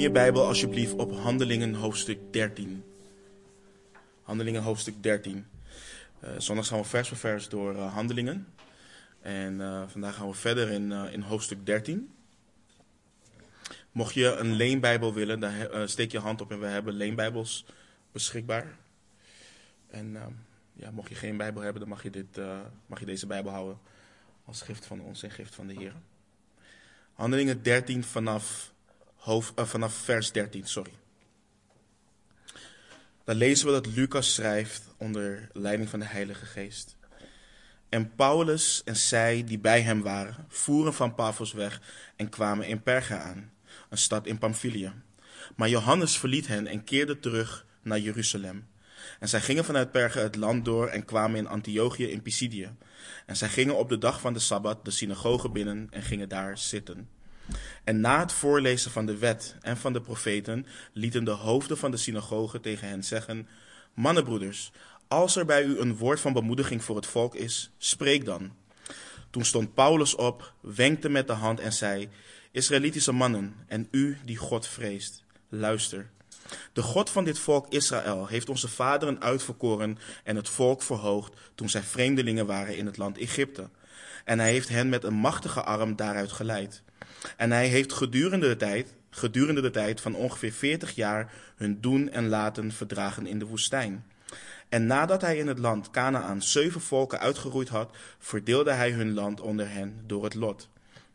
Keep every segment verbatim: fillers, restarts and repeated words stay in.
je Bijbel alsjeblieft op Handelingen hoofdstuk dertien. Handelingen hoofdstuk dertien. Uh, zondag gaan we vers voor vers door uh, Handelingen. En uh, vandaag gaan we verder in, uh, in hoofdstuk dertien. Mocht je een leenbijbel willen, dan uh, steek je hand op en we hebben leenbijbels beschikbaar. En uh, ja, mocht je geen Bijbel hebben, dan mag je, dit, uh, mag je deze Bijbel houden als gift van ons en gift van de Heer. Handelingen dertien vanaf, hoofd, uh, vanaf vers dertien, sorry. Dan lezen we dat Lucas schrijft onder leiding van de Heilige Geest. En Paulus en zij die bij hem waren, voeren van Paphos weg en kwamen in Perga aan, een stad in Pamphylië. Maar Johannes verliet hen en keerde terug naar Jeruzalem. En zij gingen vanuit Perga het land door en kwamen in Antiochië in Pisidië. En zij gingen op de dag van de Sabbat de synagoge binnen en gingen daar zitten. En na het voorlezen van de wet en van de profeten lieten de hoofden van de synagoge tegen hen zeggen: Mannenbroeders, als er bij u een woord van bemoediging voor het volk is, spreek dan. Toen stond Paulus op, wenkte met de hand en zei: Israëlitische mannen en u die God vreest, luister. De God van dit volk Israël heeft onze vaderen uitverkoren en het volk verhoogd toen zij vreemdelingen waren in het land Egypte. En hij heeft hen met een machtige arm daaruit geleid. En hij heeft gedurende de tijd, gedurende de tijd van ongeveer veertig jaar hun doen en laten verdragen in de woestijn. En nadat hij in het land Kanaan zeven volken uitgeroeid had, verdeelde hij hun land onder hen door het lot.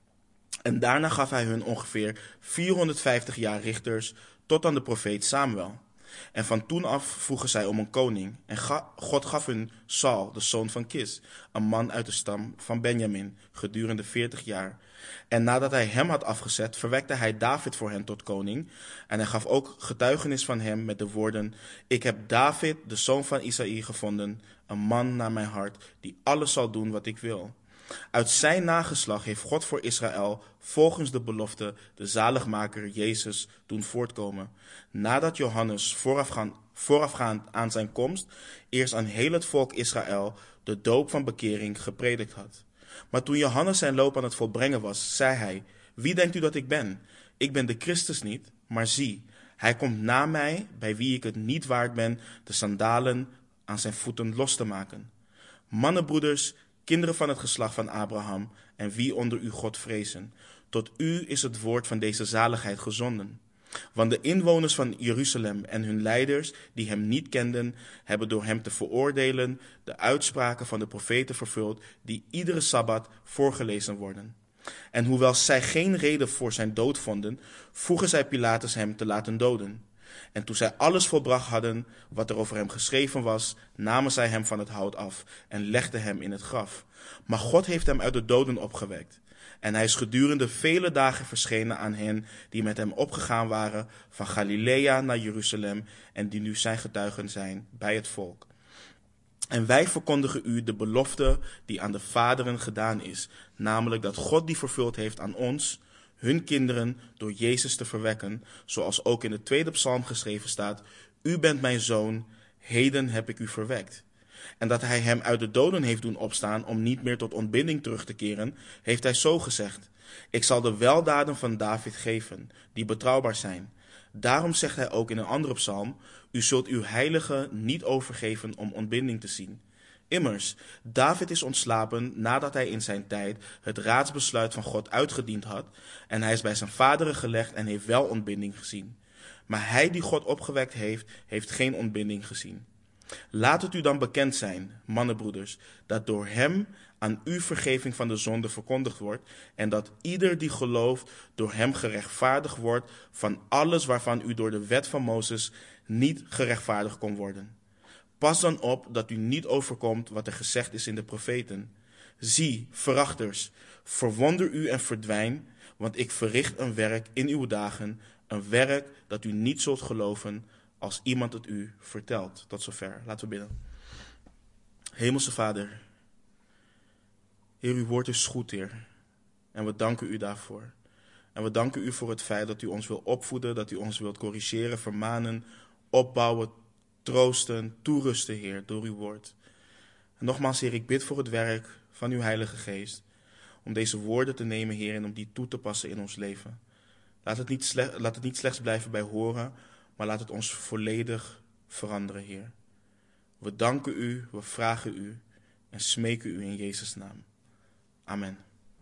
En daarna gaf hij hun ongeveer vierhonderdvijftig jaar richters tot aan de profeet Samuel. En van toen af vroegen zij om een koning. En ga, God gaf hun Saul, de zoon van Kis, een man uit de stam van Benjamin, gedurende veertig jaar. En nadat hij hem had afgezet, verwekte hij David voor hen tot koning. En hij gaf ook getuigenis van hem met de woorden: Ik heb David, de zoon van Isaïe, gevonden, een man naar mijn hart, die alles zal doen wat ik wil. Uit zijn nageslag heeft God voor Israël volgens de belofte de zaligmaker Jezus doen voortkomen. Nadat Johannes voorafgaand, voorafgaand aan zijn komst eerst aan heel het volk Israël de doop van bekering gepredikt had. Maar toen Johannes zijn loop aan het volbrengen was, zei hij: Wie denkt u dat ik ben? Ik ben de Christus niet, maar zie, hij komt na mij, bij wie ik het niet waard ben de sandalen aan zijn voeten los te maken. Mannenbroeders, kinderen van het geslacht van Abraham en wie onder u God vrezen, tot u is het woord van deze zaligheid gezonden. Want de inwoners van Jeruzalem en hun leiders die hem niet kenden, hebben door hem te veroordelen de uitspraken van de profeten vervuld die iedere Sabbat voorgelezen worden. En hoewel zij geen reden voor zijn dood vonden, vroegen zij Pilatus hem te laten doden. En toen zij alles volbracht hadden wat er over hem geschreven was, namen zij hem van het hout af en legden hem in het graf. Maar God heeft hem uit de doden opgewekt. En hij is gedurende vele dagen verschenen aan hen die met hem opgegaan waren van Galilea naar Jeruzalem en die nu zijn getuigen zijn bij het volk. En wij verkondigen u de belofte die aan de vaderen gedaan is, namelijk dat God die vervuld heeft aan ons, hun kinderen, door Jezus te verwekken, zoals ook in de tweede psalm geschreven staat: U bent mijn zoon, heden heb ik u verwekt. En dat hij hem uit de doden heeft doen opstaan om niet meer tot ontbinding terug te keren, heeft hij zo gezegd: Ik zal de weldaden van David geven, die betrouwbaar zijn. Daarom zegt hij ook in een andere psalm: U zult uw heilige niet overgeven om ontbinding te zien. Immers, David is ontslapen nadat hij in zijn tijd het raadsbesluit van God uitgediend had, en hij is bij zijn vaderen gelegd en heeft wel ontbinding gezien. Maar hij die God opgewekt heeft, heeft geen ontbinding gezien. Laat het u dan bekend zijn, mannenbroeders, dat door hem aan u vergeving van de zonde verkondigd wordt, en dat ieder die gelooft door hem gerechtvaardigd wordt van alles waarvan u door de wet van Mozes niet gerechtvaardigd kon worden. Pas dan op dat u niet overkomt wat er gezegd is in de profeten. Zie, verachters, verwonder u en verdwijn, want ik verricht een werk in uw dagen, een werk dat u niet zult geloven als iemand het u vertelt. Tot zover. Laten we bidden. Hemelse Vader, Heer, uw woord is goed, Heer. En we danken u daarvoor. En we danken u voor het feit dat u ons wil opvoeden, dat u ons wilt corrigeren, vermanen, opbouwen, troosten, toerusten, Heer, door uw woord. En nogmaals, Heer, ik bid voor het werk van uw Heilige Geest, om deze woorden te nemen, Heer, en om die toe te passen in ons leven. Laat het, niet sle- laat het niet slechts blijven bij horen, maar laat het ons volledig veranderen, Heer. We danken u, we vragen u en smeken u in Jezus' naam. Amen.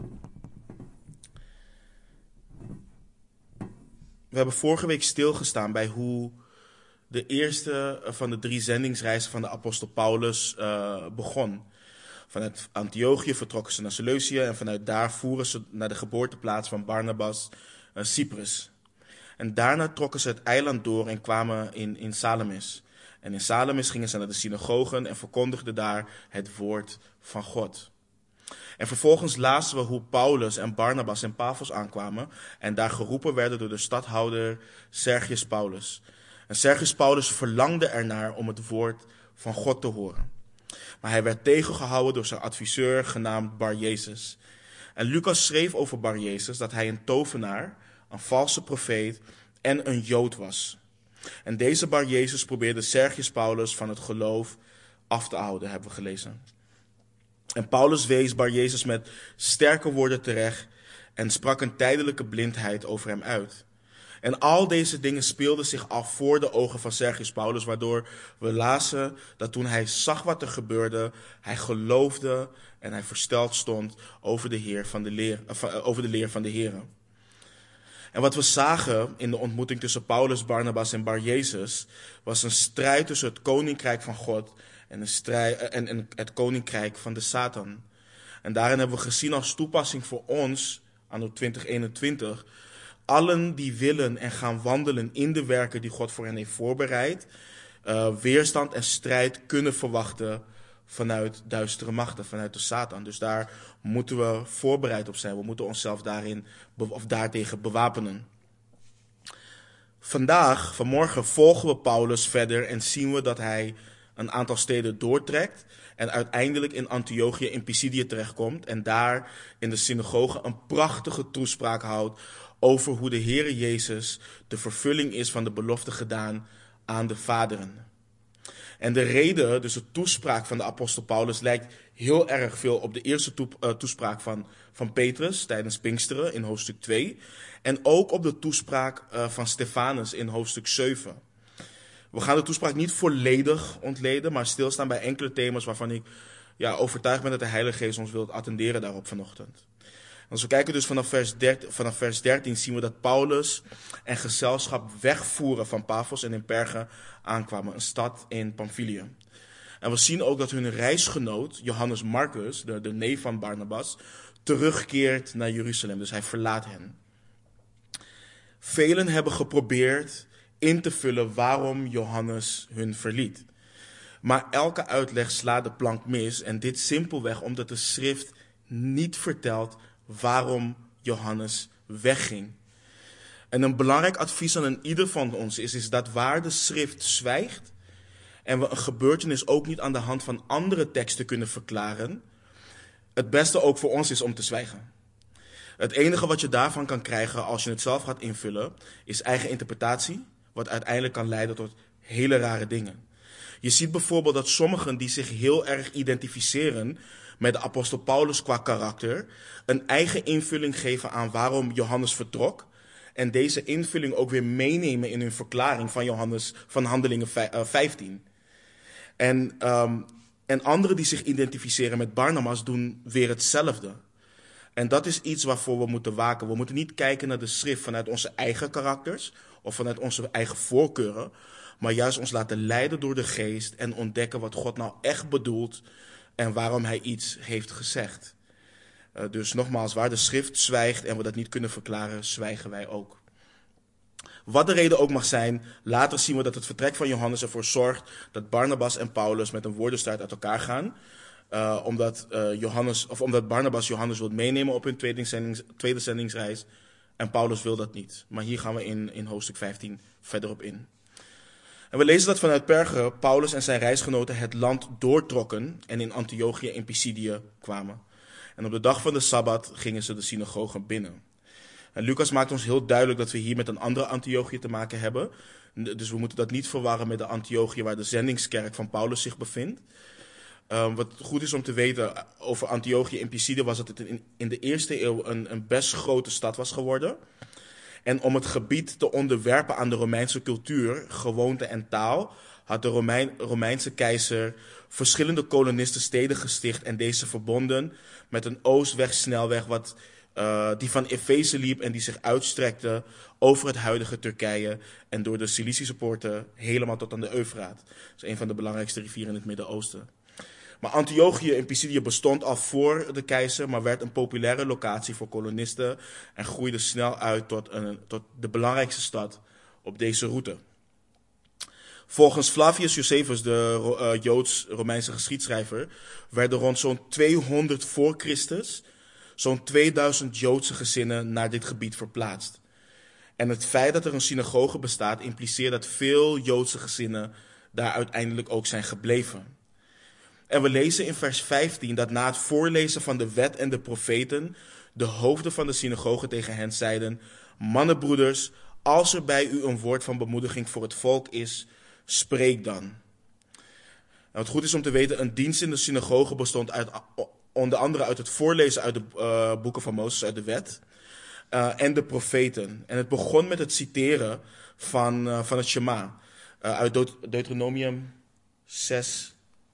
We hebben vorige week stilgestaan bij hoe de eerste van de drie zendingsreizen van de apostel Paulus uh, begon. Vanuit Antiochië vertrokken ze naar Seleucië en vanuit daar voeren ze naar de geboorteplaats van Barnabas, uh, Cyprus. En daarna trokken ze het eiland door en kwamen in, in Salamis. En in Salamis gingen ze naar de synagogen en verkondigden daar het woord van God. En vervolgens lazen we hoe Paulus en Barnabas en Pafos aankwamen en daar geroepen werden door de stadhouder Sergius Paulus. En Sergius Paulus verlangde ernaar om het woord van God te horen. Maar hij werd tegengehouden door zijn adviseur genaamd Bar-Jezus. En Lucas schreef over Bar-Jezus dat hij een tovenaar, een valse profeet en een Jood was. En deze Bar-Jezus probeerde Sergius Paulus van het geloof af te houden, hebben we gelezen. En Paulus wees Bar-Jezus met sterke woorden terecht en sprak een tijdelijke blindheid over hem uit. En al deze dingen speelden zich af voor de ogen van Sergius Paulus, waardoor we lazen dat toen hij zag wat er gebeurde, hij geloofde en hij versteld stond over de, Heer van de, leer, over de leer van de Heer. En wat we zagen in de ontmoeting tussen Paulus, Barnabas en Bar-Jezus was een strijd tussen het koninkrijk van God en, een strijd, en, en het koninkrijk van de Satan. En daarin hebben we gezien als toepassing voor ons, anno twintig eenentwintig, allen die willen en gaan wandelen in de werken die God voor hen heeft voorbereid, uh, weerstand en strijd kunnen verwachten vanuit duistere machten, vanuit de Satan. Dus daar moeten we voorbereid op zijn. We moeten onszelf daarin of daartegen bewapenen. Vandaag, vanmorgen, volgen we Paulus verder en zien we dat hij een aantal steden doortrekt en uiteindelijk in Antiochië in Pisidië terechtkomt en daar in de synagoge een prachtige toespraak houdt over hoe de Heere Jezus de vervulling is van de belofte gedaan aan de vaderen. En de reden, dus de toespraak van de apostel Paulus, lijkt heel erg veel op de eerste toespraak van, van Petrus tijdens Pinksteren in hoofdstuk twee. En ook op de toespraak uh, van Stefanus in hoofdstuk zeven. We gaan de toespraak niet volledig ontleden, maar stilstaan bij enkele thema's waarvan ik ja, overtuigd ben dat de Heilige Geest ons wil attenderen daarop vanochtend. Als we kijken dus vanaf vers, dertien, vanaf vers dertien zien we dat Paulus en gezelschap wegvoeren van Pafos en in Perge aankwamen, een stad in Pamphylië. En we zien ook dat hun reisgenoot, Johannes Marcus, de, de neef van Barnabas, terugkeert naar Jeruzalem. Dus hij verlaat hen. Velen hebben geprobeerd in te vullen waarom Johannes hun verliet. Maar elke uitleg slaat de plank mis en dit simpelweg omdat de schrift niet vertelt waarom Johannes wegging. En een belangrijk advies aan ieder van ons is, is dat waar de schrift zwijgt en we een gebeurtenis ook niet aan de hand van andere teksten kunnen verklaren, het beste ook voor ons is om te zwijgen. Het enige wat je daarvan kan krijgen als je het zelf gaat invullen, is eigen interpretatie, wat uiteindelijk kan leiden tot hele rare dingen. Je ziet bijvoorbeeld dat sommigen die zich heel erg identificeren met de apostel Paulus qua karakter, een eigen invulling geven aan waarom Johannes vertrok. En deze invulling ook weer meenemen in hun verklaring van Johannes van Handelingen vijftien. En, um, en anderen die zich identificeren met Barnabas doen weer hetzelfde. En dat is iets waarvoor we moeten waken. We moeten niet kijken naar de schrift vanuit onze eigen karakters of vanuit onze eigen voorkeuren, maar juist ons laten leiden door de geest en ontdekken wat God nou echt bedoelt en waarom hij iets heeft gezegd. Uh, dus nogmaals, waar de schrift zwijgt en we dat niet kunnen verklaren, zwijgen wij ook. Wat de reden ook mag zijn, later zien we dat het vertrek van Johannes ervoor zorgt dat Barnabas en Paulus met een woordenstrijd uit elkaar gaan. Uh, omdat, uh, Johannes, of omdat Barnabas Johannes wil meenemen op hun tweede, zendings, tweede zendingsreis en Paulus wil dat niet. Maar hier gaan we in, in hoofdstuk vijftien verder op in. En we lezen dat vanuit Perge Paulus en zijn reisgenoten het land doortrokken en in Antiochië in Pisidië kwamen. En op de dag van de Sabbat gingen ze de synagogen binnen. En Lucas maakt ons heel duidelijk dat we hier met een andere Antiochië te maken hebben. Dus we moeten dat niet verwarren met de Antiochië waar de zendingskerk van Paulus zich bevindt. Um, wat goed is om te weten over Antiochië in Pisidië was dat het in, in de eerste eeuw een, een best grote stad was geworden. En om het gebied te onderwerpen aan de Romeinse cultuur, gewoonte en taal, had de Romein, Romeinse keizer verschillende kolonisten steden gesticht en deze verbonden met een oostwegsnelweg wat, uh, die van Efeze liep en die zich uitstrekte over het huidige Turkije en door de Cilicische poorten helemaal tot aan de Eufraat. Dat is een van de belangrijkste rivieren in het Midden-Oosten. Maar Antiochië in Pisidië bestond al voor de keizer, maar werd een populaire locatie voor kolonisten en groeide snel uit tot, een, tot de belangrijkste stad op deze route. Volgens Flavius Josephus, de uh, Joods-Romeinse geschiedschrijver, werden rond zo'n tweehonderd voor Christus zo'n tweeduizend Joodse gezinnen naar dit gebied verplaatst. En het feit dat er een synagoge bestaat impliceert dat veel Joodse gezinnen daar uiteindelijk ook zijn gebleven. En we lezen in vers vijftien dat na het voorlezen van de wet en de profeten de hoofden van de synagoge tegen hen zeiden: mannenbroeders, als er bij u een woord van bemoediging voor het volk is, spreek dan. En wat goed is om te weten, een dienst in de synagoge bestond uit, onder andere uit het voorlezen uit de uh, boeken van Mozes, uit de wet, uh, en de profeten. En het begon met het citeren van, uh, van het Shema, uh, uit Deut- Deuteronomium zes,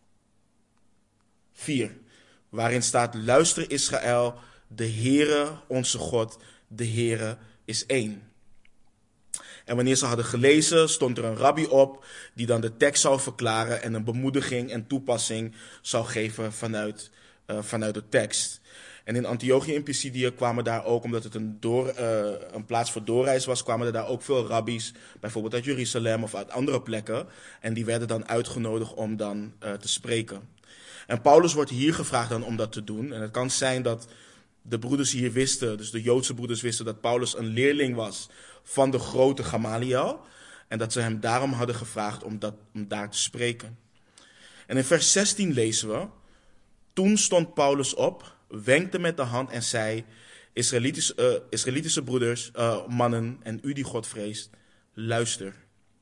vier, waarin staat: luister Israël, de Heere onze God, de Heere is één. En wanneer ze hadden gelezen, stond er een rabbi op die dan de tekst zou verklaren en een bemoediging en toepassing zou geven vanuit, uh, vanuit de tekst. En in Antiochië in Pisidië kwamen daar ook, omdat het een, door, uh, een plaats voor doorreis was, kwamen er daar ook veel rabbies, bijvoorbeeld uit Jeruzalem of uit andere plekken. En die werden dan uitgenodigd om dan uh, te spreken. En Paulus wordt hier gevraagd dan om dat te doen. En het kan zijn dat de broeders hier wisten, dus de Joodse broeders wisten dat Paulus een leerling was van de grote Gamaliel. En dat ze hem daarom hadden gevraagd om, dat, om daar te spreken. En in vers zestien lezen we: toen stond Paulus op, wenkte met de hand en zei: Israëlitische, uh, Israëlitische broeders, uh, mannen en u die God vreest, luister.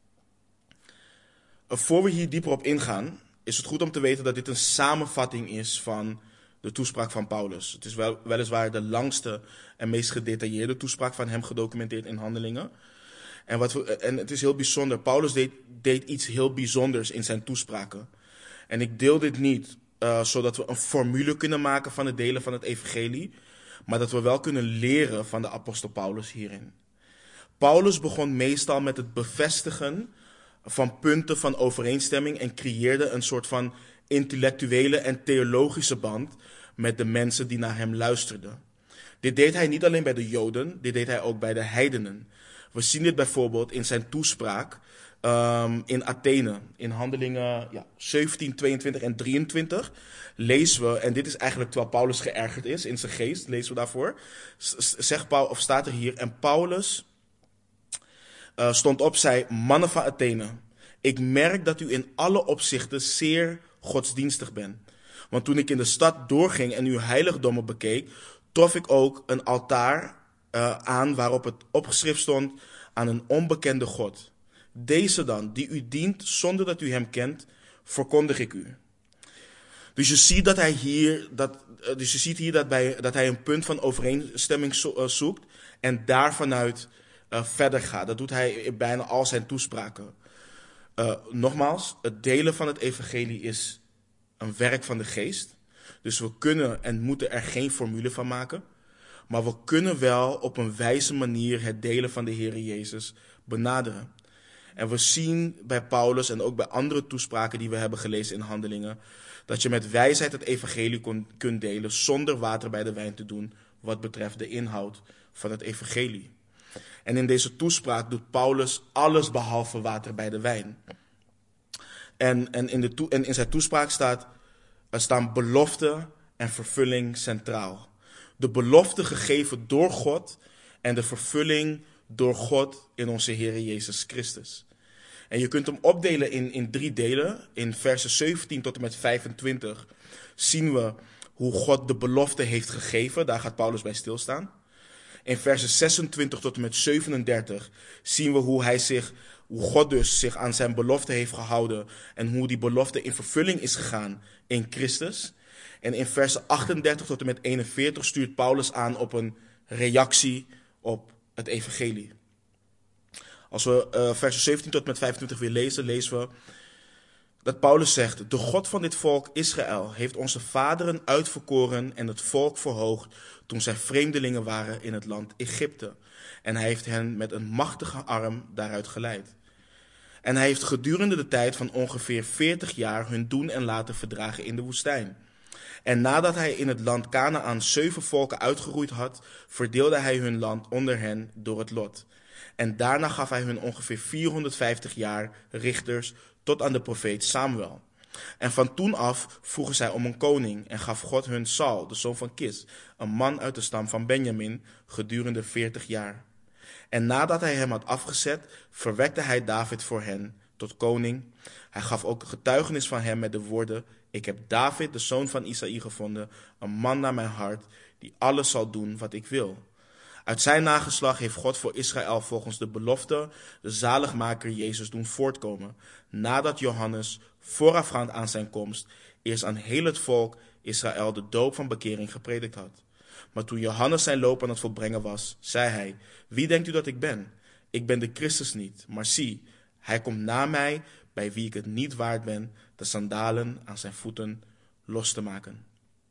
Uh, voor we hier dieper op ingaan, is het goed om te weten dat dit een samenvatting is van de toespraak van Paulus. Het is wel, weliswaar de langste en meest gedetailleerde toespraak van hem gedocumenteerd in Handelingen. En, wat we, en het is heel bijzonder. Paulus deed, deed iets heel bijzonders in zijn toespraken. En ik deel dit niet uh, zodat we een formule kunnen maken van het delen van het evangelie, maar dat we wel kunnen leren van de apostel Paulus hierin. Paulus begon meestal met het bevestigen van punten van overeenstemming en creëerde een soort van intellectuele en theologische band met de mensen die naar hem luisterden. Dit deed hij niet alleen bij de Joden, dit deed hij ook bij de heidenen. We zien dit bijvoorbeeld in zijn toespraak um, in Athene, in Handelingen ja, zeventien, tweeëntwintig en drieëntwintig, lezen we, en dit is eigenlijk terwijl Paulus geërgerd is in zijn geest, lezen we daarvoor, zegt Paul, of staat er hier: en Paulus uh, stond op, zei: mannen van Athene, ik merk dat u in alle opzichten zeer godsdienstig bent. Want toen ik in de stad doorging en uw heiligdommen bekeek, trof ik ook een altaar uh, aan waarop het opgeschreven stond: aan een onbekende God. Deze dan, die u dient zonder dat u hem kent, verkondig ik u. Dus je ziet dat hij hier, dat, uh, dus je ziet hier dat, bij, dat hij een punt van overeenstemming zo, uh, zoekt en daarvanuit uh, verder gaat. Dat doet hij in bijna al zijn toespraken. Uh, nogmaals, het delen van het evangelie is een werk van de geest. Dus we kunnen en moeten er geen formule van maken. Maar we kunnen wel op een wijze manier het delen van de Heer Jezus benaderen. En we zien bij Paulus en ook bij andere toespraken die we hebben gelezen in Handelingen, dat je met wijsheid het evangelie kon, kunt delen zonder water bij de wijn te doen wat betreft de inhoud van het evangelie. En in deze toespraak doet Paulus alles behalve water bij de wijn. En, en, in, de toe, en in zijn toespraak staat, er staan belofte en vervulling centraal. De belofte gegeven door God en de vervulling door God in onze Heer Jezus Christus. En je kunt hem opdelen in, in drie delen. In versen zeventien tot en met vijfentwintig zien we hoe God de belofte heeft gegeven. Daar gaat Paulus bij stilstaan. In versen zesentwintig tot en met zevenendertig zien we hoe hij zich, hoe God dus zich aan zijn belofte heeft gehouden en hoe die belofte in vervulling is gegaan in Christus. En in versen achtendertig tot en met eenenveertig stuurt Paulus aan op een reactie op het evangelie. Als we uh, versen zeventien tot met vijfentwintig weer lezen, lezen we dat Paulus zegt: de God van dit volk Israël heeft onze vaderen uitverkoren en het volk verhoogd toen zij vreemdelingen waren in het land Egypte. En hij heeft hen met een machtige arm daaruit geleid. En hij heeft gedurende de tijd van ongeveer veertig jaar hun doen en laten verdragen in de woestijn. En nadat hij in het land Kanaan zeven volken uitgeroeid had, verdeelde hij hun land onder hen door het lot. En daarna gaf hij hun ongeveer vierhonderdvijftig jaar richters tot aan de profeet Samuel. En van toen af vroegen zij om een koning en gaf God hun Saul, de zoon van Kis, een man uit de stam van Benjamin, gedurende veertig jaar. En nadat hij hem had afgezet, verwekte hij David voor hen tot koning. Hij gaf ook getuigenis van hem met de woorden: ik heb David, de zoon van Isaï, gevonden, een man naar mijn hart, die alles zal doen wat ik wil. Uit zijn nageslag heeft God voor Israël volgens de belofte de zaligmaker Jezus doen voortkomen, nadat Johannes, voorafgaand aan zijn komst, eerst aan heel het volk Israël de doop van bekering gepredikt had. Maar toen Johannes zijn loop aan het volbrengen was, zei hij: wie denkt u dat ik ben? Ik ben de Christus niet, maar zie, hij komt na mij, bij wie ik het niet waard ben de sandalen aan zijn voeten los te maken.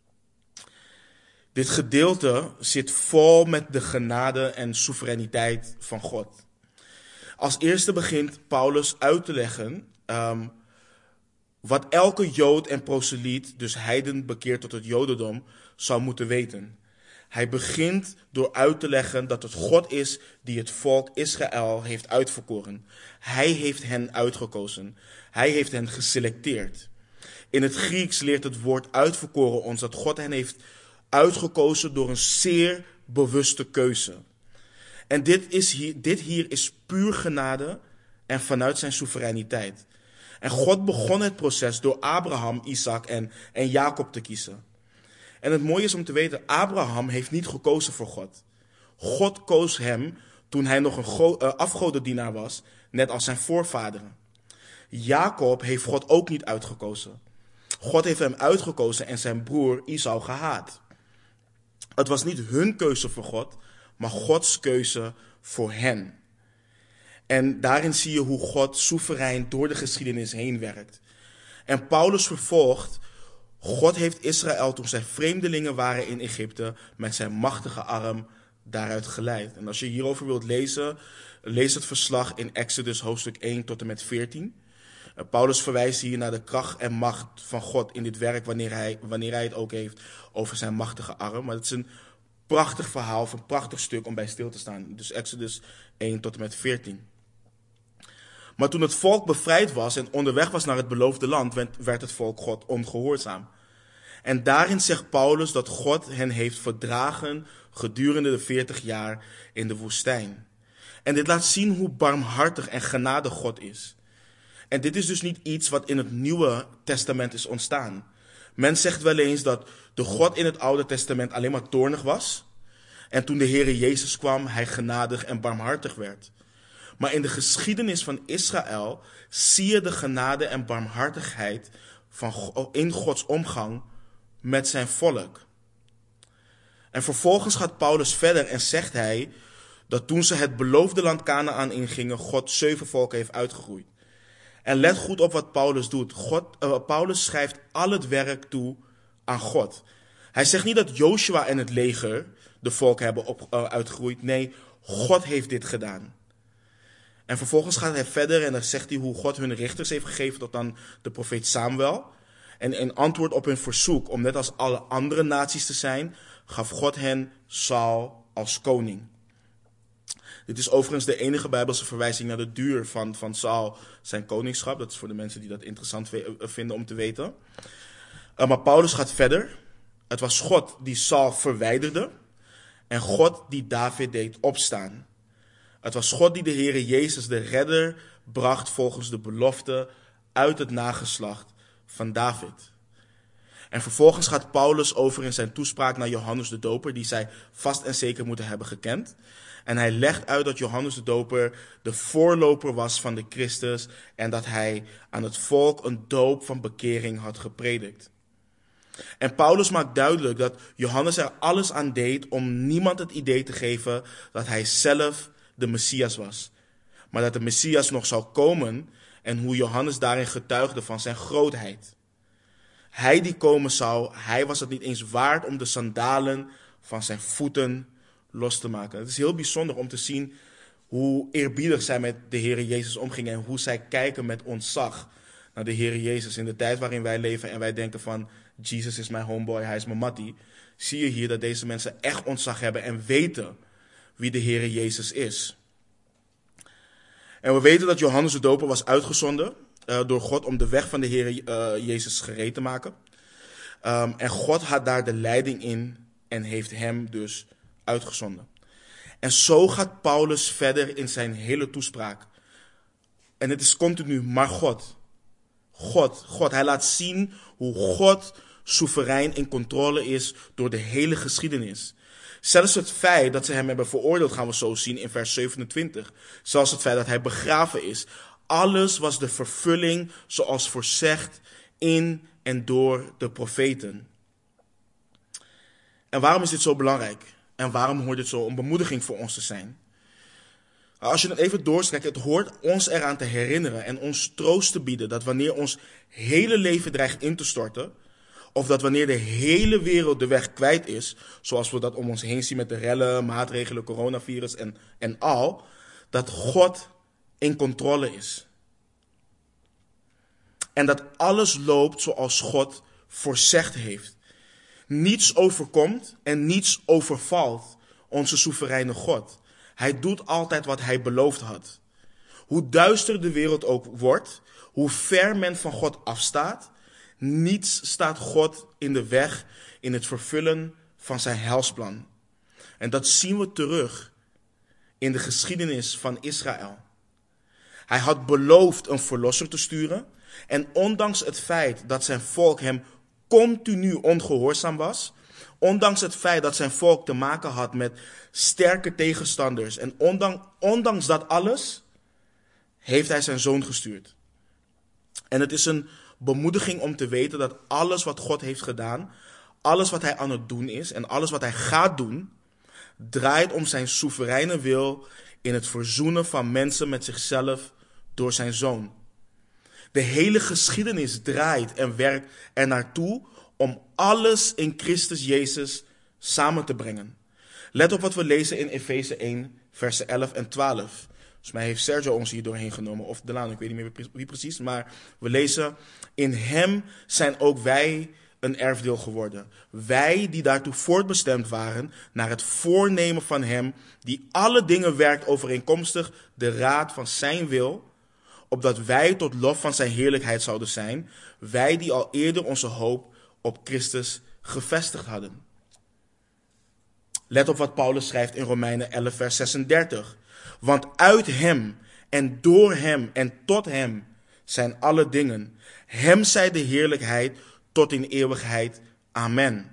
Dit gedeelte zit vol met de genade en soevereiniteit van God. Als eerste begint Paulus uit te leggen um, wat elke Jood en proseliet, dus heiden bekeerd tot het Jodendom, zou moeten weten. Hij begint door uit te leggen dat het God is die het volk Israël heeft uitverkoren. Hij heeft hen uitgekozen. Hij heeft hen geselecteerd. In het Grieks leert het woord uitverkoren ons dat God hen heeft uitgekozen door een zeer bewuste keuze. En dit, is hier, dit hier is puur genade en vanuit zijn soevereiniteit. En God begon het proces door Abraham, Isaac en, en Jacob te kiezen. En het mooie is om te weten, Abraham heeft niet gekozen voor God. God koos hem toen hij nog een go- uh, afgodendienaar was, net als zijn voorvaderen. Jacob heeft God ook niet uitgekozen. God heeft hem uitgekozen en zijn broer Esau gehaat. Het was niet hun keuze voor God, maar Gods keuze voor hen. En daarin zie je hoe God soeverein door de geschiedenis heen werkt. En Paulus vervolgt: God heeft Israël toen zij vreemdelingen waren in Egypte met zijn machtige arm daaruit geleid. En als je hierover wilt lezen, lees het verslag in Exodus hoofdstuk één tot en met veertien. Paulus verwijst hier naar de kracht en macht van God in dit werk wanneer hij, wanneer hij het ook heeft over zijn machtige arm. Maar het is een prachtig verhaal, of een prachtig stuk om bij stil te staan. Dus Exodus één tot en met veertien. Maar toen het volk bevrijd was en onderweg was naar het beloofde land, werd het volk God ongehoorzaam. En daarin zegt Paulus dat God hen heeft verdragen gedurende de veertig jaar in de woestijn. En dit laat zien hoe barmhartig en genadig God is. En dit is dus niet iets wat in het Nieuwe Testament is ontstaan. Men zegt wel eens dat de God in het Oude Testament alleen maar toornig was. En toen de Heere Jezus kwam, hij genadig en barmhartig werd. Maar in de geschiedenis van Israël zie je de genade en barmhartigheid van, in Gods omgang met zijn volk. En vervolgens gaat Paulus verder en zegt hij dat toen ze het beloofde land Kanaan ingingen, God zeven volken heeft uitgegroeid. En let goed op wat Paulus doet. God, uh, Paulus schrijft al het werk toe aan God. Hij zegt niet dat Joshua en het leger de volken hebben op, uh, uitgegroeid. Nee, God heeft dit gedaan. En vervolgens gaat hij verder en dan zegt hij hoe God hun richters heeft gegeven tot aan de profeet Samuel. En in antwoord op hun verzoek om net als alle andere naties te zijn, gaf God hen Saul als koning. Dit is overigens de enige Bijbelse verwijzing naar de duur van, van Saul zijn koningschap. Dat is voor de mensen die dat interessant vinden om te weten. Uh, maar Paulus gaat verder. Het was God die Saul verwijderde en God die David deed opstaan. Het was God die de Heere Jezus, de redder, bracht volgens de belofte uit het nageslacht van David. En vervolgens gaat Paulus over in zijn toespraak naar Johannes de Doper, die zij vast en zeker moeten hebben gekend. En hij legt uit dat Johannes de Doper de voorloper was van de Christus en dat hij aan het volk een doop van bekering had gepredikt. En Paulus maakt duidelijk dat Johannes er alles aan deed om niemand het idee te geven dat hij zelf de Messias was. maar dat de Messias nog zou komen en hoe Johannes daarin getuigde van zijn grootheid. Hij die komen zou, hij was het niet eens waard om de sandalen van zijn voeten los te maken. Het is heel bijzonder om te zien hoe eerbiedig zij met de Heer Jezus omgingen en hoe zij kijken met ontzag naar de Heer Jezus. In de tijd waarin wij leven en wij denken van, Jesus is mijn homeboy, hij is mijn mattie, zie je hier dat deze mensen echt ontzag hebben en weten wie de Heer Jezus is. En we weten dat Johannes de Doper was uitgezonden uh, door God om de weg van de Heer uh, Jezus gereed te maken. Um, en God had daar de leiding in en heeft hem dus uitgezonden. En zo gaat Paulus verder in zijn hele toespraak. En het is continu, maar God. God, God. Hij laat zien hoe God soeverein in controle is door de hele geschiedenis. Zelfs het feit dat ze hem hebben veroordeeld, gaan we zo zien in vers zevenentwintig. Zelfs het feit dat hij begraven is. Alles was de vervulling zoals voorzegd in en door de profeten. En waarom is dit zo belangrijk? En waarom hoort dit zo een bemoediging voor ons te zijn? Als je het even doorstrekt, het hoort ons eraan te herinneren en ons troost te bieden dat wanneer ons hele leven dreigt in te storten, of dat wanneer de hele wereld de weg kwijt is, zoals we dat om ons heen zien met de rellen, maatregelen, coronavirus en, en al, dat God in controle is. En dat alles loopt zoals God voorzegd heeft. Niets overkomt en niets overvalt onze soevereine God. Hij doet altijd wat hij beloofd had. Hoe duister de wereld ook wordt, hoe ver men van God afstaat, niets staat God in de weg in het vervullen van zijn heilsplan. En dat zien we terug in de geschiedenis van Israël. Hij had beloofd een verlosser te sturen. En ondanks het feit dat zijn volk hem continu ongehoorzaam was, ondanks het feit dat zijn volk te maken had met sterke tegenstanders, en ondanks, ondanks dat alles, heeft hij zijn zoon gestuurd. En het is een bemoediging om te weten dat alles wat God heeft gedaan, alles wat hij aan het doen is en alles wat hij gaat doen, draait om zijn soevereine wil in het verzoenen van mensen met zichzelf door zijn zoon. De hele geschiedenis draait en werkt er naartoe om alles in Christus Jezus samen te brengen. Let op wat we lezen in Efeze één, versen elf en twaalf. Volgens mij heeft Sergio ons hier doorheen genomen, of Delano, ik weet niet meer wie precies. Maar we lezen, in hem zijn ook wij een erfdeel geworden. Wij die daartoe voortbestemd waren, naar het voornemen van hem, die alle dingen werkt overeenkomstig de raad van zijn wil, opdat wij tot lof van zijn heerlijkheid zouden zijn, wij die al eerder onze hoop op Christus gevestigd hadden. Let op wat Paulus schrijft in Romeinen elf, vers zesendertig. Want uit hem en door hem en tot hem zijn alle dingen. Hem zij de heerlijkheid tot in eeuwigheid. Amen.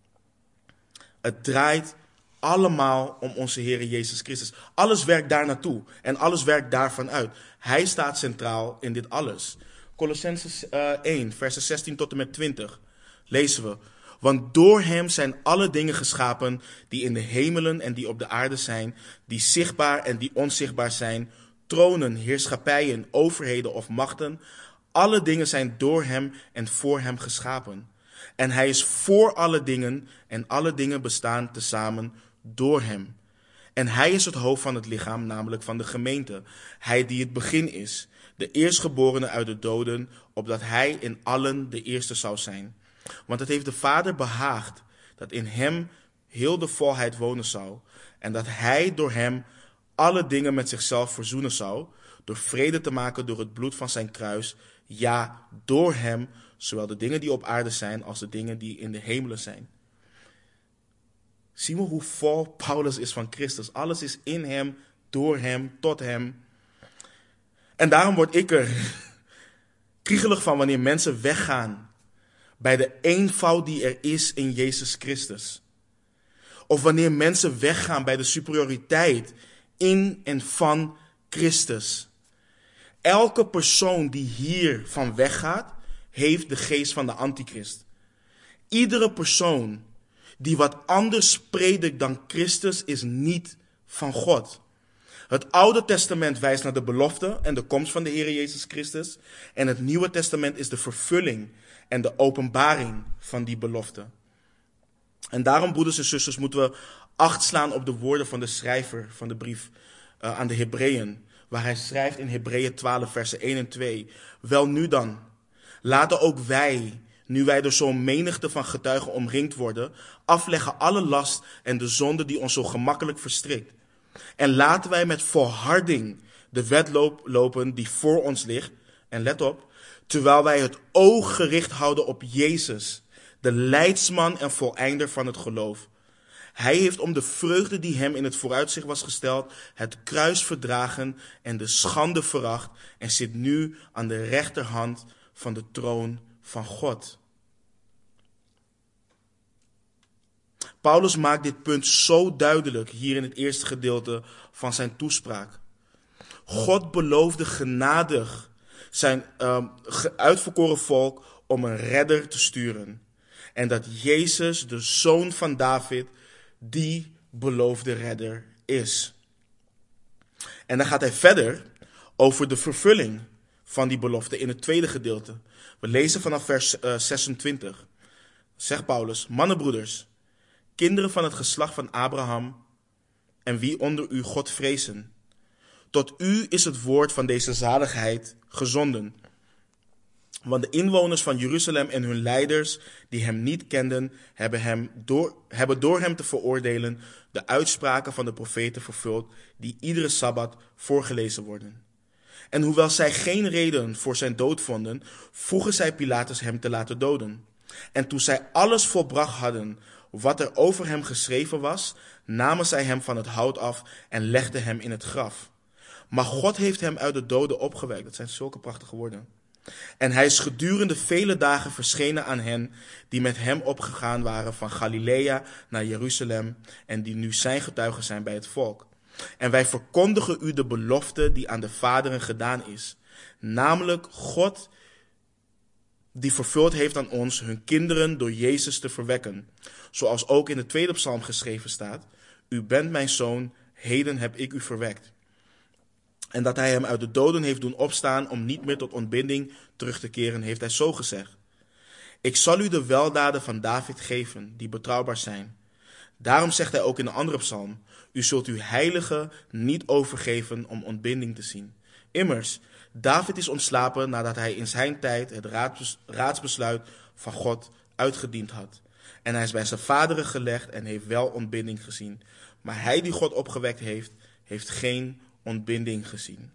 Het draait allemaal om onze Heer Jezus Christus. Alles werkt daar naartoe en alles werkt daarvan uit. Hij staat centraal in dit alles. Colossenzen één, versen zestien tot en met twintig. Lezen we. Want door hem zijn alle dingen geschapen die in de hemelen en die op de aarde zijn, die zichtbaar en die onzichtbaar zijn, tronen, heerschappijen, overheden of machten. Alle dingen zijn door hem en voor hem geschapen. En hij is voor alle dingen en alle dingen bestaan tezamen door hem. En hij is het hoofd van het lichaam, namelijk van de gemeente. Hij die het begin is, de eerstgeborene uit de doden, opdat hij in allen de eerste zou zijn. Want het heeft de Vader behaagd dat in hem heel de volheid wonen zou. En dat hij door hem alle dingen met zichzelf verzoenen zou, door vrede te maken door het bloed van zijn kruis. Ja, door hem, zowel de dingen die op aarde zijn als de dingen die in de hemelen zijn. Zien we hoe vol Paulus is van Christus. Alles is in hem, door hem, tot hem. En daarom word ik er kriegelig van wanneer mensen weggaan bij de eenvoud die er is in Jezus Christus. Of wanneer mensen weggaan bij de superioriteit in en van Christus. Elke persoon die hiervan weggaat, heeft de geest van de antichrist. Iedere persoon die wat anders predikt dan Christus is niet van God. Het Oude Testament wijst naar de belofte en de komst van de Heer Jezus Christus. En het Nieuwe Testament is de vervulling en de openbaring van die belofte. En daarom, broeders en zusters, moeten we acht slaan op de woorden van de schrijver van de brief uh, aan de Hebreeën. Waar hij schrijft in Hebreeën twaalf, versen één en twee. Wel nu dan, laten ook wij, nu wij door zo'n menigte van getuigen omringd worden, afleggen alle last en de zonde die ons zo gemakkelijk verstrikt. En laten wij met volharding de wedloop lopen die voor ons ligt. En let op, terwijl wij het oog gericht houden op Jezus, de leidsman en voleinder van het geloof. Hij heeft om de vreugde die hem in het vooruitzicht was gesteld, het kruis verdragen en de schande veracht en zit nu aan de rechterhand van de troon van God. Paulus maakt dit punt zo duidelijk hier in het eerste gedeelte van zijn toespraak. God beloofde genadig zijn um, uitverkoren volk om een redder te sturen. En dat Jezus, de zoon van David, die beloofde redder is. En dan gaat hij verder over de vervulling van die belofte in het tweede gedeelte. We lezen vanaf vers uh, zesentwintig. Zegt Paulus: mannenbroeders, kinderen van het geslacht van Abraham en wie onder u God vrezen. Tot u is het woord van deze zaligheid gezonden. Want de inwoners van Jeruzalem en hun leiders die hem niet kenden, hebben, hem door, hebben door hem te veroordelen de uitspraken van de profeten vervuld die iedere sabbat voorgelezen worden. En hoewel zij geen reden voor zijn dood vonden, vroegen zij Pilatus hem te laten doden. En toen zij alles volbracht hadden wat er over hem geschreven was, namen zij hem van het hout af en legden hem in het graf. Maar God heeft hem uit de doden opgewekt. Dat zijn zulke prachtige woorden. En hij is gedurende vele dagen verschenen aan hen die met hem opgegaan waren van Galilea naar Jeruzalem en die nu zijn getuigen zijn bij het volk. En wij verkondigen u de belofte die aan de vaderen gedaan is, namelijk God die vervuld heeft aan ons hun kinderen door Jezus te verwekken. Zoals ook in de tweede psalm geschreven staat: u bent mijn zoon, heden heb ik u verwekt. En dat hij hem uit de doden heeft doen opstaan om niet meer tot ontbinding terug te keren, heeft hij zo gezegd: ik zal u de weldaden van David geven, die betrouwbaar zijn. Daarom zegt hij ook in een andere psalm: u zult uw heilige niet overgeven om ontbinding te zien. Immers, David is ontslapen nadat hij in zijn tijd het raadsbesluit van God uitgediend had. En hij is bij zijn vaderen gelegd en heeft wel ontbinding gezien. Maar hij die God opgewekt heeft, heeft geen ontbinding gezien.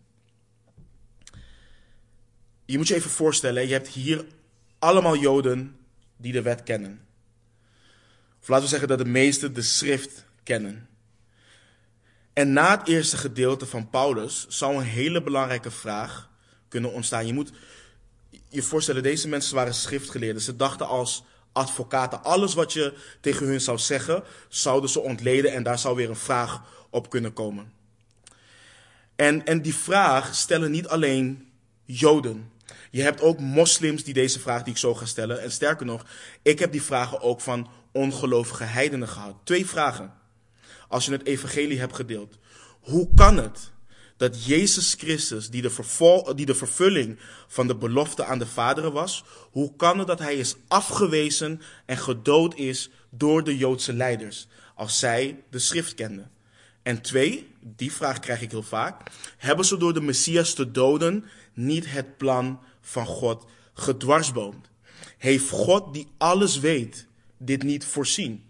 Je moet je even voorstellen, je hebt hier allemaal Joden die de wet kennen. Of laten we zeggen dat de meesten de schrift kennen. En na het eerste gedeelte van Paulus zou een hele belangrijke vraag kunnen ontstaan. Je moet je voorstellen, deze mensen waren schriftgeleerden. Ze dachten als advocaten. Alles wat je tegen hun zou zeggen, zouden ze ontleden en daar zou weer een vraag op kunnen komen. En, en die vraag stellen niet alleen Joden. Je hebt ook moslims die deze vraag die ik zo ga stellen. En sterker nog, ik heb die vragen ook van ongelovige heidenen gehad. Twee vragen. Als je het evangelie hebt gedeeld. Hoe kan het dat Jezus Christus, die de, vervol, die de vervulling van de belofte aan de vaderen was, hoe kan het dat hij is afgewezen en gedood is door de Joodse leiders, als zij de schrift kenden? En twee, die vraag krijg ik heel vaak, hebben ze door de Messias te doden niet het plan van God gedwarsboomd? Heeft God, die alles weet, dit niet voorzien?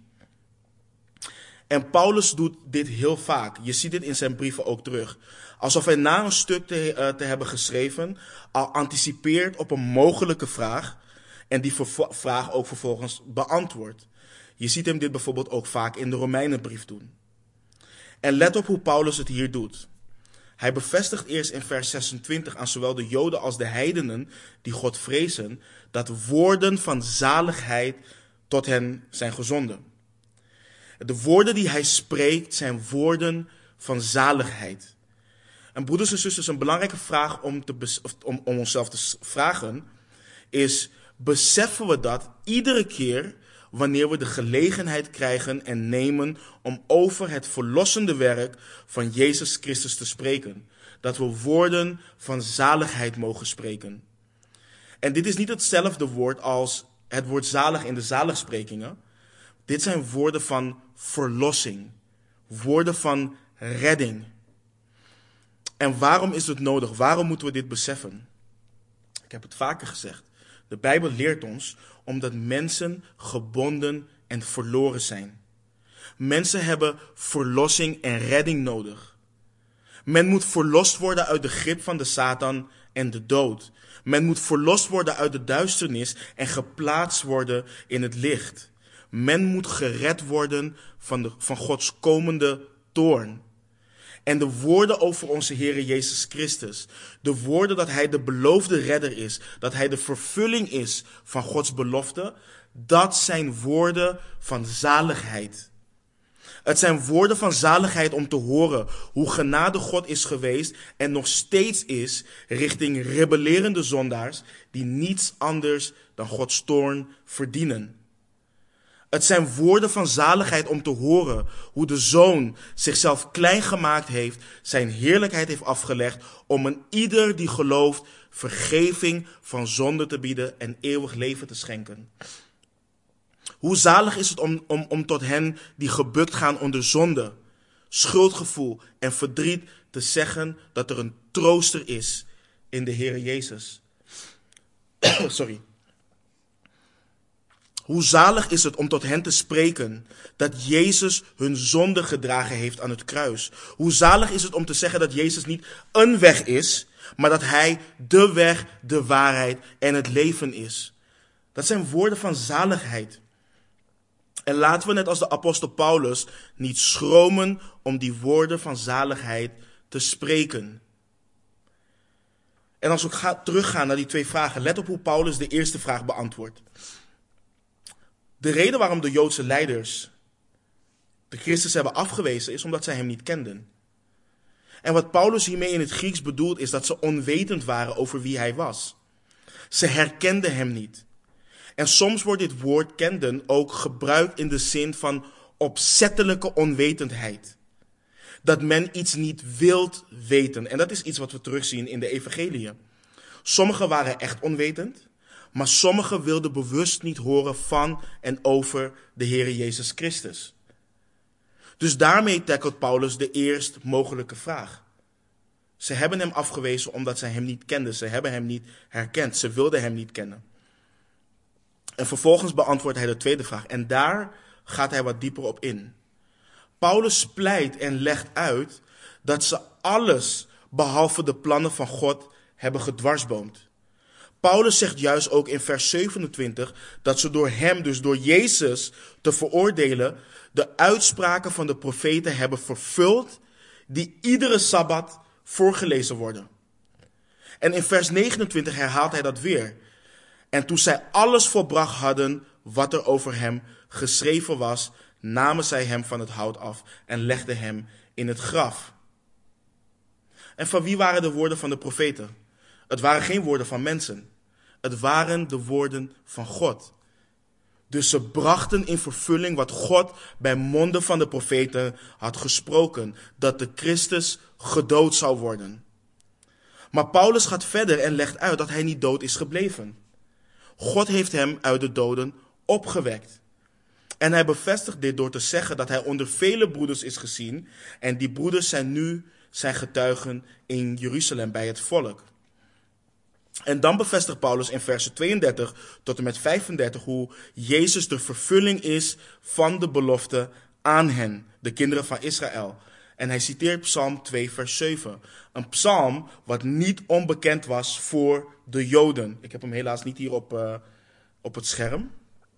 En Paulus doet dit heel vaak. Je ziet dit in zijn brieven ook terug. Alsof hij na een stuk te, uh, te hebben geschreven al anticipeert op een mogelijke vraag en die vervo- vraag ook vervolgens beantwoordt. Je ziet hem dit bijvoorbeeld ook vaak in de Romeinenbrief doen. En let op hoe Paulus het hier doet. Hij bevestigt eerst in vers zesentwintig aan zowel de Joden als de heidenen die God vrezen, dat woorden van zaligheid tot hen zijn gezonden. De woorden die hij spreekt zijn woorden van zaligheid. En broeders en zusters, een belangrijke vraag om, te bes- om, om onszelf te vragen is: beseffen we dat iedere keer wanneer we de gelegenheid krijgen en nemen om over het verlossende werk van Jezus Christus te spreken. Dat we woorden van zaligheid mogen spreken. En dit is niet hetzelfde woord als het woord zalig in de zaligsprekingen. Dit zijn woorden van verlossing. Woorden van redding. En waarom is het nodig? Waarom moeten we dit beseffen? Ik heb het vaker gezegd. De Bijbel leert ons omdat mensen gebonden en verloren zijn. Mensen hebben verlossing en redding nodig. Men moet verlost worden uit de grip van de Satan en de dood. Men moet verlost worden uit de duisternis en geplaatst worden in het licht. Men moet gered worden van, de, van Gods komende toorn. En de woorden over onze Heer Jezus Christus, de woorden dat Hij de beloofde redder is, dat Hij de vervulling is van Gods belofte, dat zijn woorden van zaligheid. Het zijn woorden van zaligheid om te horen hoe genade God is geweest en nog steeds is richting rebellerende zondaars die niets anders dan Gods toorn verdienen. Het zijn woorden van zaligheid om te horen hoe de Zoon zichzelf klein gemaakt heeft, zijn heerlijkheid heeft afgelegd om een ieder die gelooft vergeving van zonde te bieden en eeuwig leven te schenken. Hoe zalig is het om, om, om tot hen die gebukt gaan onder zonde, schuldgevoel en verdriet te zeggen dat er een trooster is in de Heer Jezus. Sorry. Hoe zalig is het om tot hen te spreken dat Jezus hun zonde gedragen heeft aan het kruis. Hoe zalig is het om te zeggen dat Jezus niet een weg is, maar dat Hij de weg, de waarheid en het leven is. Dat zijn woorden van zaligheid. En laten we net als de apostel Paulus niet schromen om die woorden van zaligheid te spreken. En als we ga, teruggaan naar die twee vragen, let op hoe Paulus de eerste vraag beantwoordt. De reden waarom de Joodse leiders de Christus hebben afgewezen is omdat zij hem niet kenden. En wat Paulus hiermee in het Grieks bedoelt is dat ze onwetend waren over wie hij was. Ze herkenden hem niet. En soms wordt dit woord kenden ook gebruikt in de zin van opzettelijke onwetendheid. Dat men iets niet wilt weten. En dat is iets wat we terugzien in de evangeliën. Sommigen waren echt onwetend. Maar sommigen wilden bewust niet horen van en over de Heer Jezus Christus. Dus daarmee tackelt Paulus de eerst mogelijke vraag. Ze hebben hem afgewezen omdat zij hem niet kenden. Ze hebben hem niet herkend. Ze wilden hem niet kennen. En vervolgens beantwoordt hij de tweede vraag. En daar gaat hij wat dieper op in. Paulus pleit en legt uit dat ze alles behalve de plannen van God hebben gedwarsboomd. Paulus zegt juist ook in vers zevenentwintig dat ze door hem, dus door Jezus, te veroordelen, de uitspraken van de profeten hebben vervuld die iedere Sabbat voorgelezen worden. En in vers negenentwintig herhaalt hij dat weer. En toen zij alles volbracht hadden wat er over hem geschreven was, namen zij hem van het hout af en legden hem in het graf. En van wie waren de woorden van de profeten? Het waren geen woorden van mensen. Het waren de woorden van God. Dus ze brachten in vervulling wat God bij monden van de profeten had gesproken. Dat de Christus gedood zou worden. Maar Paulus gaat verder en legt uit dat hij niet dood is gebleven. God heeft hem uit de doden opgewekt. En hij bevestigt dit door te zeggen dat hij onder vele broeders is gezien. En die broeders zijn nu zijn getuigen in Jeruzalem bij het volk. En dan bevestigt Paulus in versen tweeëndertig tot en met vijfendertig hoe Jezus de vervulling is van de belofte aan hen, de kinderen van Israël. En hij citeert Psalm twee vers zeven. Een psalm wat niet onbekend was voor de Joden. Ik heb hem helaas niet hier op, uh, op het scherm.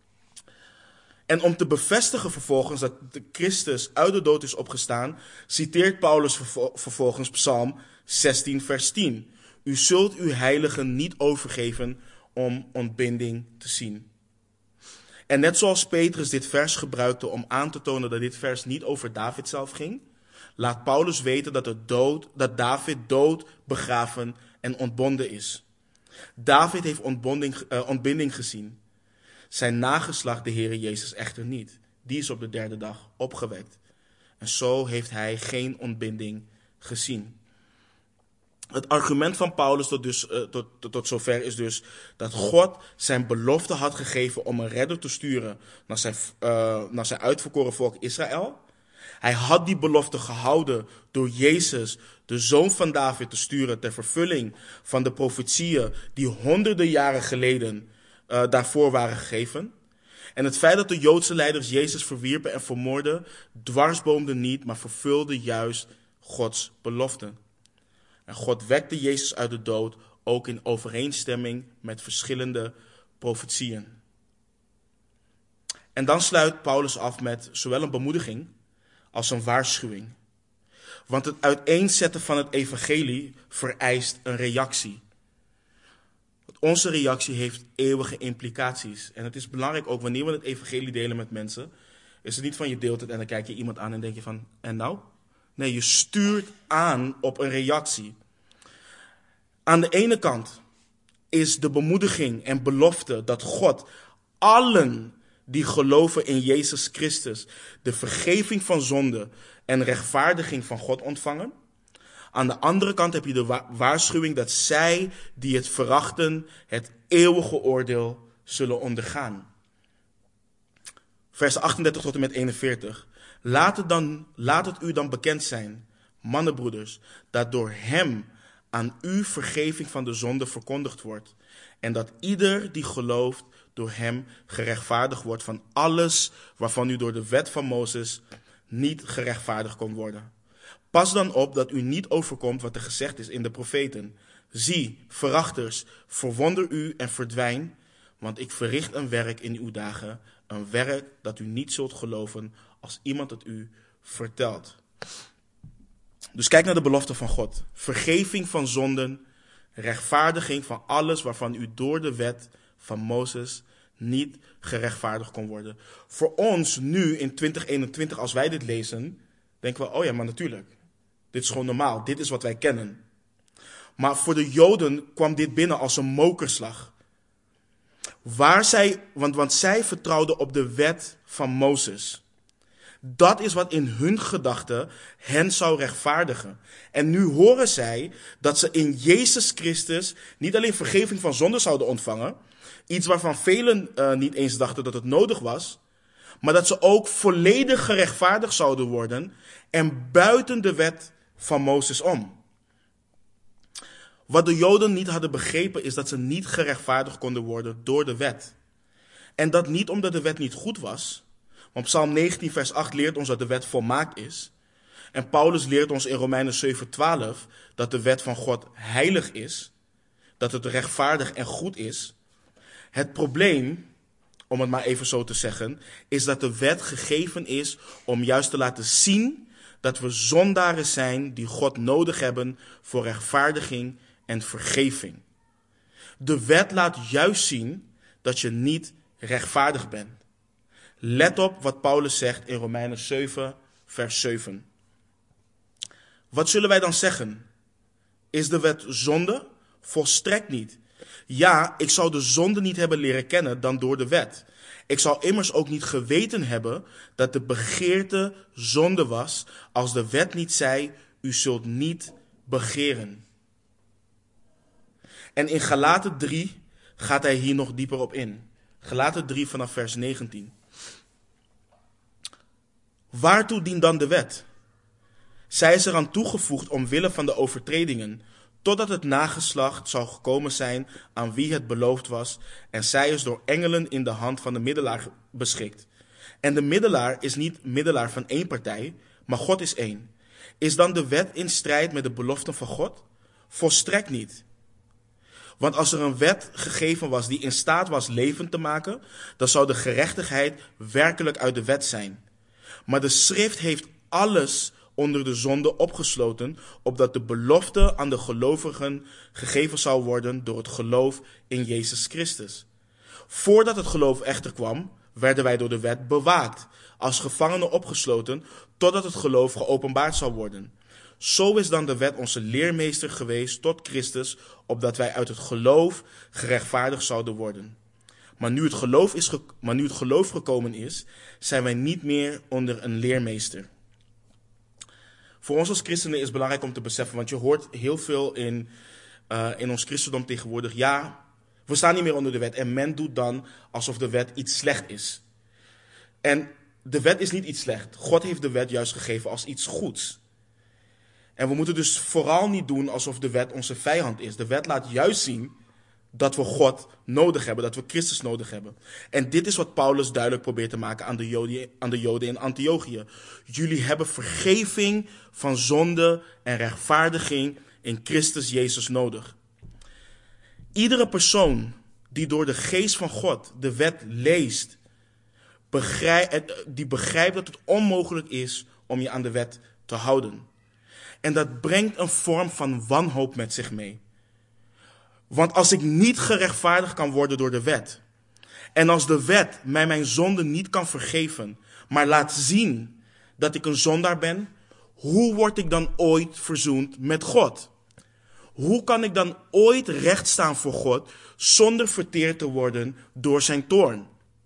En om te bevestigen vervolgens dat de Christus uit de dood is opgestaan, citeert Paulus vervolgens Psalm zestien vers tien. U zult uw heiligen niet overgeven om ontbinding te zien. En net zoals Petrus dit vers gebruikte om aan te tonen dat dit vers niet over David zelf ging, laat Paulus weten dat, het dood, dat David dood, begraven en ontbonden is. David heeft ontbonding, uh, ontbinding gezien. Zijn nageslacht, de Heere Jezus, echter niet. Die is op de derde dag opgewekt. En zo heeft hij geen ontbinding gezien. Het argument van Paulus tot, dus, uh, tot, tot, tot zover is dus dat God zijn belofte had gegeven om een redder te sturen naar zijn, uh, naar zijn uitverkoren volk Israël. Hij had die belofte gehouden door Jezus, de zoon van David, te sturen ter vervulling van de profetieën die honderden jaren geleden uh, daarvoor waren gegeven. En het feit dat de Joodse leiders Jezus verwierpen en vermoordden, dwarsboomde niet, maar vervulde juist Gods belofte. En God wekte Jezus uit de dood, ook in overeenstemming met verschillende profetieën. En dan sluit Paulus af met zowel een bemoediging als een waarschuwing. Want het uiteenzetten van het evangelie vereist een reactie. Onze reactie heeft eeuwige implicaties. En het is belangrijk ook wanneer we het evangelie delen met mensen, is het niet van je deelt het en dan kijk je iemand aan en denk je van, en nou? Nee, je stuurt aan op een reactie. Aan de ene kant is de bemoediging en belofte dat God allen die geloven in Jezus Christus de vergeving van zonde en rechtvaardiging van God ontvangen. Aan de andere kant heb je de wa- waarschuwing dat zij die het verachten het eeuwige oordeel zullen ondergaan. Vers achtendertig tot en met eenenveertig. Laat het, dan, laat het u dan bekend zijn, mannenbroeders, dat door hem aan u vergeving van de zonde verkondigd wordt. En dat ieder die gelooft door hem gerechtvaardigd wordt van alles waarvan u door de wet van Mozes niet gerechtvaardigd kon worden. Pas dan op dat u niet overkomt wat er gezegd is in de profeten. Zie, verachters, verwonder u en verdwijn, want ik verricht een werk in uw dagen, een werk dat u niet zult geloven als iemand het u vertelt. Dus kijk naar de belofte van God. Vergeving van zonden, rechtvaardiging van alles waarvan u door de wet van Mozes niet gerechtvaardigd kon worden. Voor ons nu in twintig eenentwintig, als wij dit lezen, denken we, oh ja, maar natuurlijk. Dit is gewoon normaal. Dit is wat wij kennen. Maar voor de Joden kwam dit binnen als een mokerslag. Waar zij, want, want zij vertrouwden op de wet van Mozes. Dat is wat in hun gedachten hen zou rechtvaardigen. En nu horen zij dat ze in Jezus Christus niet alleen vergeving van zonde zouden ontvangen, iets waarvan velen uh, niet eens dachten dat het nodig was, maar dat ze ook volledig gerechtvaardigd zouden worden en buiten de wet van Mozes om. Wat de Joden niet hadden begrepen is dat ze niet gerechtvaardigd konden worden door de wet. En dat niet omdat de wet niet goed was. Want Psalm negentien vers acht leert ons dat de wet volmaakt is. En Paulus leert ons in Romeinen zeven twaalf dat de wet van God heilig is. Dat het rechtvaardig en goed is. Het probleem, om het maar even zo te zeggen, is dat de wet gegeven is om juist te laten zien dat we zondaren zijn die God nodig hebben voor rechtvaardiging en vergeving. De wet laat juist zien dat je niet rechtvaardig bent. Let op wat Paulus zegt in Romeinen zeven, vers zeven. Wat zullen wij dan zeggen? Is de wet zonde? Volstrekt niet. Ja, ik zou de zonde niet hebben leren kennen dan door de wet. Ik zou immers ook niet geweten hebben dat de begeerte zonde was, als de wet niet zei, u zult niet begeren. En in Galaten drie gaat hij hier nog dieper op in. Galaten drie vanaf vers negentien. Waartoe dient dan de wet? Zij is eraan toegevoegd omwille van de overtredingen, totdat het nageslacht zou gekomen zijn aan wie het beloofd was, en zij is door engelen in de hand van de middelaar beschikt. En de middelaar is niet middelaar van één partij, maar God is één. Is dan de wet in strijd met de beloften van God? Volstrekt niet. Want als er een wet gegeven was die in staat was leven te maken, dan zou de gerechtigheid werkelijk uit de wet zijn. Maar de schrift heeft alles onder de zonde opgesloten, opdat de belofte aan de gelovigen gegeven zou worden door het geloof in Jezus Christus. Voordat het geloof echter kwam, werden wij door de wet bewaakt, als gevangenen opgesloten, totdat het geloof geopenbaard zou worden. Zo is dan de wet onze leermeester geweest tot Christus, opdat wij uit het geloof gerechtvaardigd zouden worden. Maar nu, het geloof is ge- maar nu het geloof gekomen is, zijn wij niet meer onder een leermeester. Voor ons als christenen is het belangrijk om te beseffen, want je hoort heel veel in, uh, in ons christendom tegenwoordig. Ja, we staan niet meer onder de wet en men doet dan alsof de wet iets slecht is. En de wet is niet iets slecht. God heeft de wet juist gegeven als iets goeds. En we moeten dus vooral niet doen alsof de wet onze vijand is. De wet laat juist zien dat we God nodig hebben, dat we Christus nodig hebben. En dit is wat Paulus duidelijk probeert te maken aan de Joden, aan de Joden in Antiochië. Jullie hebben vergeving van zonde en rechtvaardiging in Christus Jezus nodig. Iedere persoon die door de geest van God de wet leest, begrijpt, die begrijpt dat het onmogelijk is om je aan de wet te houden. En dat brengt een vorm van wanhoop met zich mee. Want als ik niet gerechtvaardigd kan worden door de wet, en als de wet mij mijn zonde niet kan vergeven, maar laat zien dat ik een zondaar ben, hoe word ik dan ooit verzoend met God? Hoe kan ik dan ooit recht staan voor God zonder verteerd te worden door zijn toorn?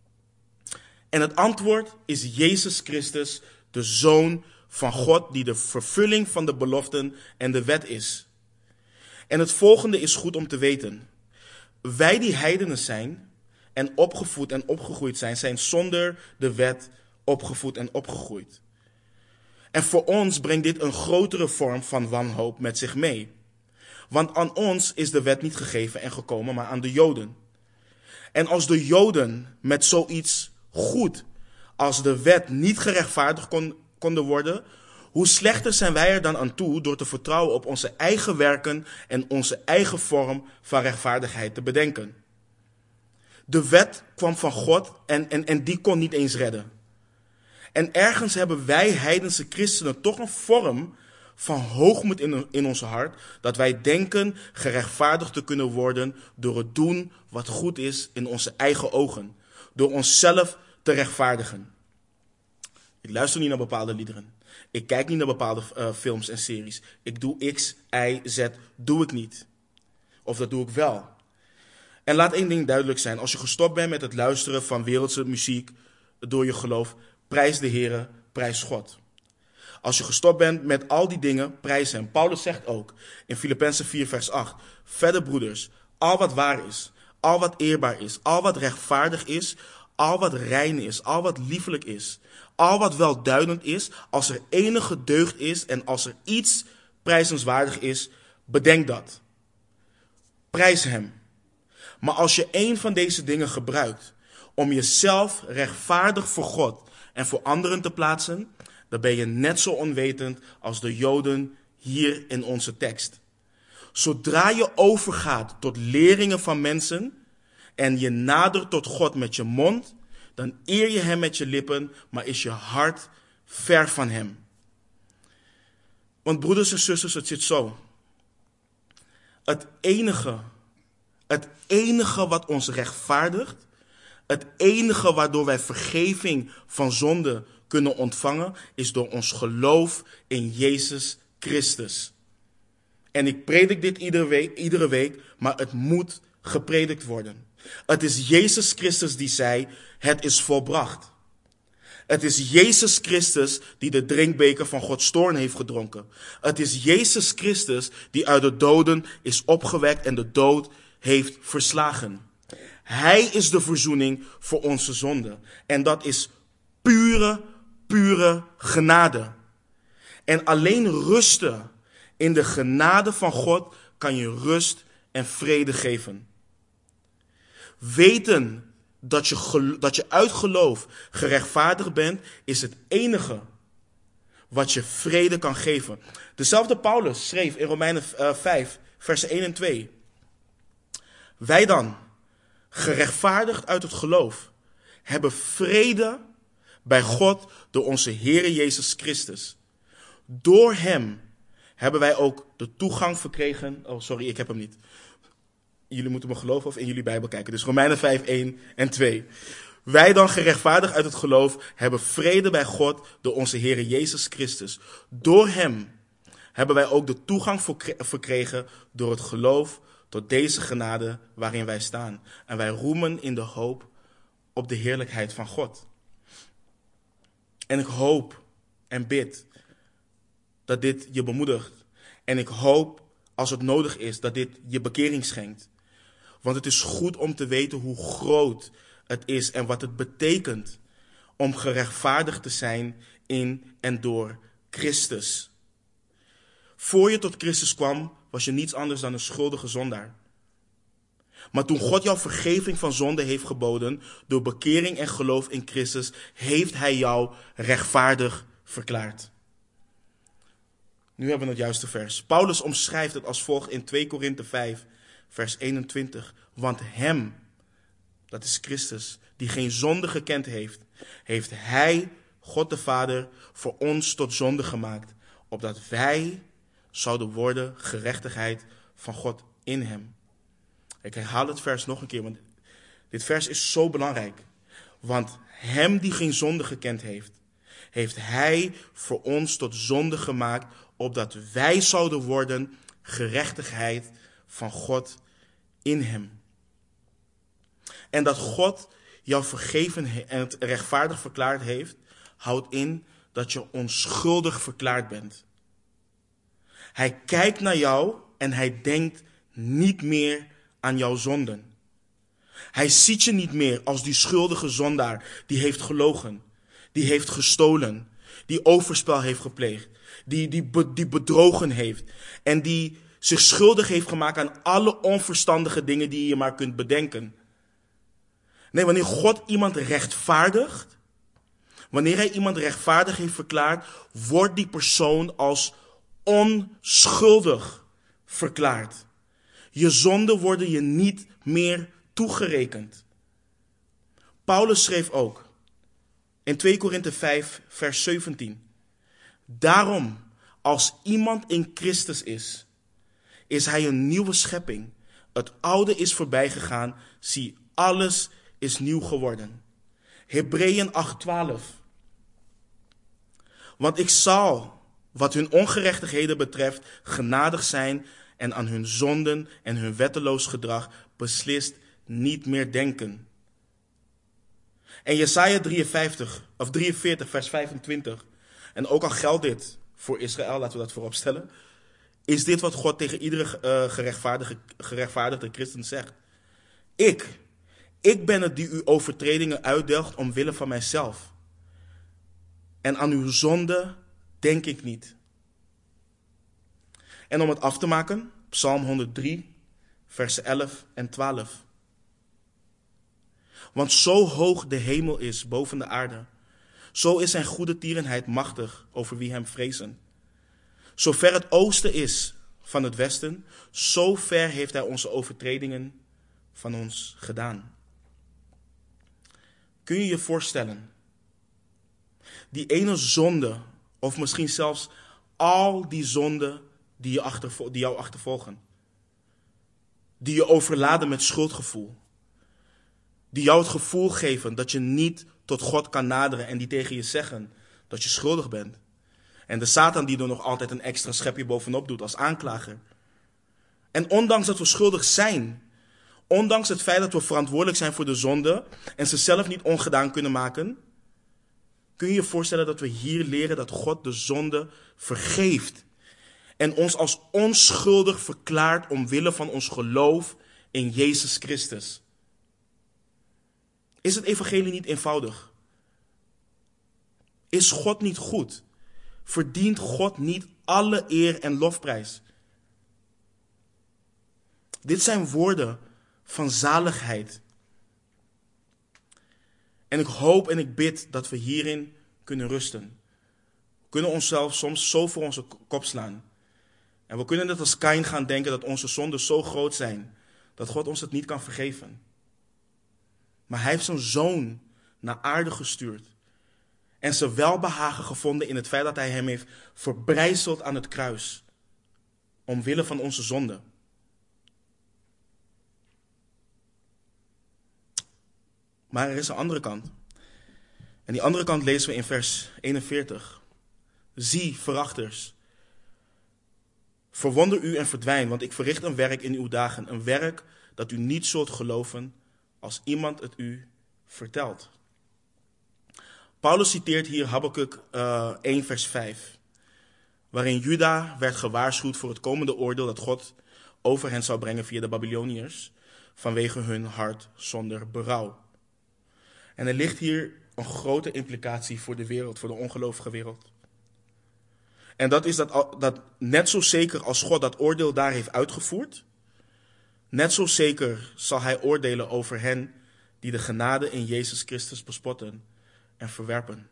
En het antwoord is Jezus Christus, de Zoon van God, die de vervulling van de beloften en de wet is. En het volgende is goed om te weten. Wij die heidenen zijn en opgevoed en opgegroeid zijn, zijn zonder de wet opgevoed en opgegroeid. En voor ons brengt dit een grotere vorm van wanhoop met zich mee. Want aan ons is de wet niet gegeven en gekomen, maar aan de Joden. En als de Joden met zoiets goed als de wet niet gerechtvaardigd kon, konden worden, hoe slechter zijn wij er dan aan toe door te vertrouwen op onze eigen werken en onze eigen vorm van rechtvaardigheid te bedenken. De wet kwam van God en, en, en die kon niet eens redden. En ergens hebben wij heidense christenen toch een vorm van hoogmoed in, in ons hart, dat wij denken gerechtvaardigd te kunnen worden door het doen wat goed is in onze eigen ogen. Door onszelf te rechtvaardigen. Ik luister niet naar bepaalde liederen. Ik kijk niet naar bepaalde uh, films en series. Ik doe X, Y, Z, doe ik niet. Of dat doe ik wel. En laat één ding duidelijk zijn. Als je gestopt bent met het luisteren van wereldse muziek door je geloof, prijs de Heere, prijs God. Als je gestopt bent met al die dingen, prijs hem. Paulus zegt ook in Filippenzen vier vers acht. Verder broeders, al wat waar is, al wat eerbaar is, al wat rechtvaardig is, al wat rein is, al wat liefelijk is, al wat welduidend is, als er enige deugd is en als er iets prijzenswaardig is, bedenk dat. Prijs hem. Maar als je een van deze dingen gebruikt om jezelf rechtvaardig voor God en voor anderen te plaatsen, dan ben je net zo onwetend als de Joden hier in onze tekst. Zodra je overgaat tot leringen van mensen en je nadert tot God met je mond, dan eer je hem met je lippen, maar is je hart ver van hem. Want broeders en zusters, het zit zo. Het enige, het enige wat ons rechtvaardigt, het enige waardoor wij vergeving van zonde kunnen ontvangen, is door ons geloof in Jezus Christus. En ik predik dit iedere week, iedere week, maar het moet gepredikt worden. Het is Jezus Christus die zei, het is volbracht. Het is Jezus Christus die de drinkbeker van Gods toorn heeft gedronken. Het is Jezus Christus die uit de doden is opgewekt en de dood heeft verslagen. Hij is de verzoening voor onze zonde. En dat is pure, pure genade. En alleen rusten in de genade van God kan je rust en vrede geven. Weten dat je, dat je uit geloof gerechtvaardigd bent, is het enige wat je vrede kan geven. Dezelfde Paulus schreef in Romeinen vijf, versen één en twee. Wij dan, gerechtvaardigd uit het geloof, hebben vrede bij God door onze Heere Jezus Christus. Door hem hebben wij ook de toegang verkregen. Oh, sorry, ik heb hem niet. Jullie moeten me geloven of in jullie Bijbel kijken. Dus Romeinen vijf, één en twee. Wij dan gerechtvaardigd uit het geloof hebben vrede bij God door onze Heere Jezus Christus. Door hem hebben wij ook de toegang verkregen door het geloof tot deze genade waarin wij staan. En wij roemen in de hoop op de heerlijkheid van God. En ik hoop en bid dat dit je bemoedigt. En ik hoop, als het nodig is, dat dit je bekering schenkt. Want het is goed om te weten hoe groot het is en wat het betekent om gerechtvaardigd te zijn in en door Christus. Voor je tot Christus kwam, was je niets anders dan een schuldige zondaar. Maar toen God jou vergeving van zonde heeft geboden, door bekering en geloof in Christus, heeft hij jou rechtvaardig verklaard. Nu hebben we het juiste vers. Paulus omschrijft het als volgt in twee Korinthe vijf, vers eenentwintig. Want hem, dat is Christus, die geen zonde gekend heeft, heeft hij, God de Vader, voor ons tot zonde gemaakt, opdat wij zouden worden gerechtigheid van God in hem. Ik herhaal het vers nog een keer, want dit vers is zo belangrijk. Want hem die geen zonde gekend heeft, heeft hij voor ons tot zonde gemaakt, opdat wij zouden worden gerechtigheid van God in hem. En dat God jou vergeven en het rechtvaardig verklaard heeft, houdt in dat je onschuldig verklaard bent. Hij kijkt naar jou en hij denkt niet meer aan jouw zonden. Hij ziet je niet meer als die schuldige zondaar die heeft gelogen, die heeft gestolen, die overspel heeft gepleegd, die, die, die bedrogen heeft en die zich schuldig heeft gemaakt aan alle onverstandige dingen die je maar kunt bedenken. Nee, wanneer God iemand rechtvaardigt, wanneer hij iemand rechtvaardig heeft verklaard, wordt die persoon als onschuldig verklaard. Je zonden worden je niet meer toegerekend. Paulus schreef ook in twee Korinthe vijf, vers zeventien. Daarom, als iemand in Christus is, is hij een nieuwe schepping. Het oude is voorbij gegaan, zie, alles is nieuw geworden. Hebreeën acht, twaalf. Want ik zal, wat hun ongerechtigheden betreft, genadig zijn en aan hun zonden en hun wetteloos gedrag beslist niet meer denken. En Jesaja drieënvijftig, of drieënveertig, vers vijfentwintig. En ook al geldt dit voor Israël, laten we dat voorop stellen, is dit wat God tegen iedere uh, gerechtvaardigde, gerechtvaardigde christen zegt. Ik, ik ben het die uw overtredingen uitdelgt omwille van mijzelf. En aan uw zonde denk ik niet. En om het af te maken, Psalm honderddrie, vers elf en twaalf. Want zo hoog de hemel is boven de aarde, zo is zijn goede tierenheid machtig over wie hem vrezen. Zo ver het oosten is van het westen, zo ver heeft hij onze overtredingen van ons gedaan. Kun je je voorstellen, die ene zonde, of misschien zelfs al die zonden die, je achtervo- die jou achtervolgen, die je overladen met schuldgevoel, die jou het gevoel geven dat je niet tot God kan naderen en die tegen je zeggen dat je schuldig bent. En de Satan die er nog altijd een extra schepje bovenop doet als aanklager. En ondanks dat we schuldig zijn, ondanks het feit dat we verantwoordelijk zijn voor de zonde en ze zelf niet ongedaan kunnen maken, kun je je voorstellen dat we hier leren dat God de zonde vergeeft en ons als onschuldig verklaart omwille van ons geloof in Jezus Christus. Is het evangelie niet eenvoudig? Is God niet goed? Verdient God niet alle eer en lofprijs? Dit zijn woorden van zaligheid. En ik hoop en ik bid dat we hierin kunnen rusten. We kunnen onszelf soms zo voor onze kop slaan. En we kunnen net als Kain gaan denken dat onze zonden zo groot zijn, dat God ons het niet kan vergeven. Maar hij heeft zijn zoon naar aarde gestuurd. En zijn welbehagen gevonden in het feit dat hij hem heeft verbrijzeld aan het kruis. Omwille van onze zonde. Maar er is een andere kant. En die andere kant lezen we in vers eenenveertig. Zie, verachters. Verwonder u en verdwijn, want ik verricht een werk in uw dagen. Een werk dat u niet zult geloven als iemand het u vertelt. Paulus citeert hier Habakuk uh, één vers vijf. Waarin Juda werd gewaarschuwd voor het komende oordeel dat God over hen zou brengen via de Babyloniërs. Vanwege hun hart zonder berouw. En er ligt hier een grote implicatie voor de wereld, voor de ongelovige wereld. En dat is dat, dat net zo zeker als God dat oordeel daar heeft uitgevoerd, net zo zeker zal hij oordelen over hen die de genade in Jezus Christus bespotten en verwerpen.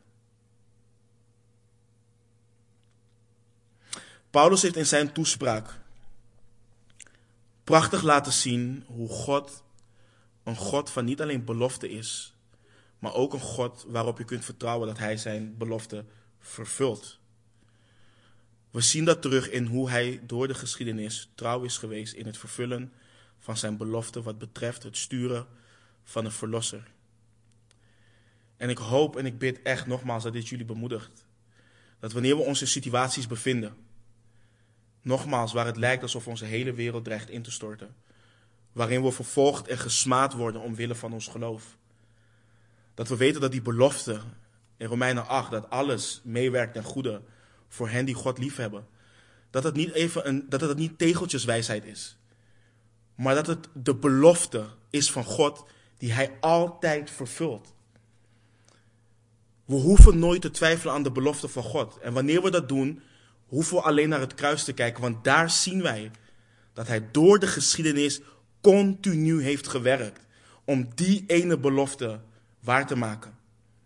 Paulus heeft in zijn toespraak prachtig laten zien hoe God een God van niet alleen belofte is, maar ook een God waarop je kunt vertrouwen dat hij zijn belofte vervult. We zien dat terug in hoe hij door de geschiedenis trouw is geweest in het vervullen van zijn belofte wat betreft het sturen van een verlosser. En ik hoop en ik bid echt nogmaals dat dit jullie bemoedigt. Dat wanneer we ons in situaties bevinden, nogmaals waar het lijkt alsof onze hele wereld dreigt in te storten, waarin we vervolgd en gesmaad worden omwille van ons geloof, dat we weten dat die belofte in Romeinen acht, dat alles meewerkt ten goede voor hen die God liefhebben, dat het niet even een, dat het niet tegeltjeswijsheid is, maar dat het de belofte is van God die hij altijd vervult. We hoeven nooit te twijfelen aan de belofte van God. En wanneer we dat doen, hoeven we alleen naar het kruis te kijken, want daar zien wij dat hij door de geschiedenis continu heeft gewerkt om die ene belofte waar te maken.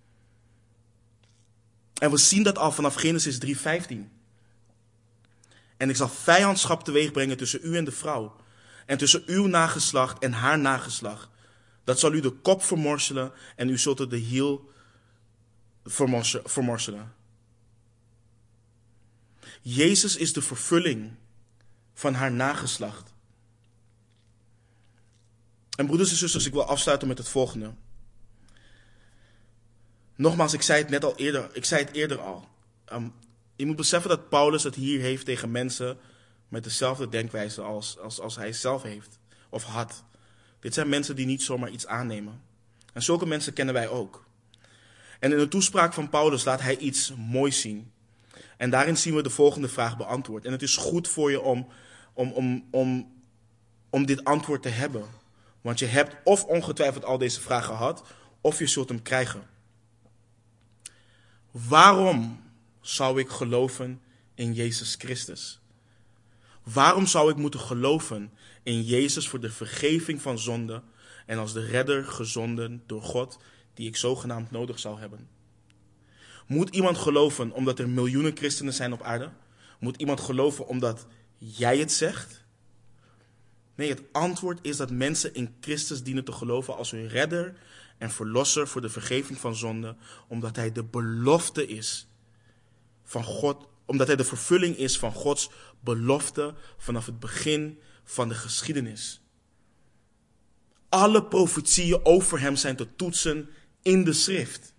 En we zien dat al vanaf Genesis drie vijftien. En ik zal vijandschap teweeg brengen tussen u en de vrouw, en tussen uw nageslacht en haar nageslacht. Dat zal u de kop vermorselen en u zult er de hiel vermorselen. Jezus is de vervulling van haar nageslacht. En broeders en zusters, ik wil afsluiten met het volgende. Nogmaals, ik zei het net al eerder, ik zei het eerder al. Um, je moet beseffen dat Paulus het hier heeft tegen mensen met dezelfde denkwijze als, als, als hij zelf heeft of had. Dit zijn mensen die niet zomaar iets aannemen. En zulke mensen kennen wij ook. En in de toespraak van Paulus laat hij iets moois zien. En daarin zien we de volgende vraag beantwoord. En het is goed voor je om, om, om, om, om dit antwoord te hebben. Want je hebt of ongetwijfeld al deze vraag gehad, of je zult hem krijgen. Waarom zou ik geloven in Jezus Christus? Waarom zou ik moeten geloven in Jezus voor de vergeving van zonde en als de redder gezonden door God die ik zogenaamd nodig zou hebben? Moet iemand geloven omdat er miljoenen christenen zijn op aarde? Moet iemand geloven omdat jij het zegt? Nee, het antwoord is dat mensen in Christus dienen te geloven als hun redder en verlosser voor de vergeving van zonde, omdat hij de belofte is van God, omdat hij de vervulling is van Gods belofte vanaf het begin van de geschiedenis. Alle profetieën over hem zijn te toetsen in de schrift.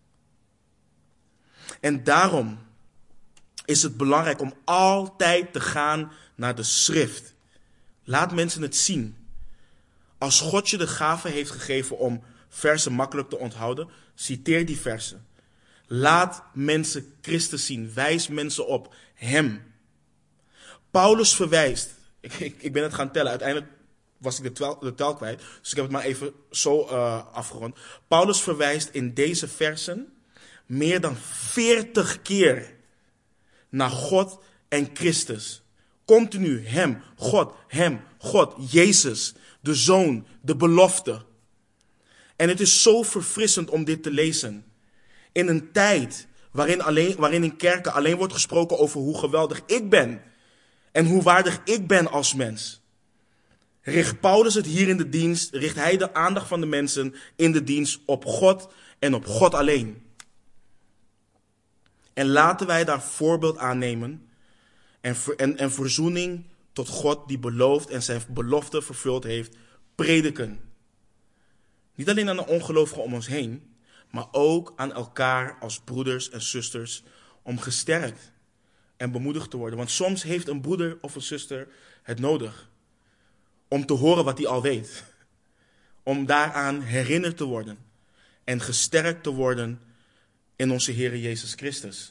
En daarom is het belangrijk om altijd te gaan naar de schrift. Laat mensen het zien. Als God je de gave heeft gegeven om versen makkelijk te onthouden, citeer die versen. Laat mensen Christus zien. Wijs mensen op hem. Paulus verwijst. Ik, ik, ik ben het gaan tellen. Uiteindelijk was ik de, tel, de tel kwijt. Dus ik heb het maar even zo uh, afgerond. Paulus verwijst in deze versen meer dan veertig keer naar God en Christus. Continu hem, God, hem, God, Jezus, de Zoon, de belofte. En het is zo verfrissend om dit te lezen. In een tijd waarin, alleen, waarin in kerken alleen wordt gesproken over hoe geweldig ik ben. En hoe waardig ik ben als mens. Richt Paulus het hier in de dienst, richt hij de aandacht van de mensen in de dienst op God en op God alleen. En laten wij daar voorbeeld aan nemen en, en, en verzoening tot God die belooft en zijn belofte vervuld heeft, prediken. Niet alleen aan de ongelovigen om ons heen, maar ook aan elkaar als broeders en zusters om gesterkt en bemoedigd te worden. Want soms heeft een broeder of een zuster het nodig om te horen wat hij al weet. Om daaraan herinnerd te worden en gesterkt te worden in onze Heer Jezus Christus.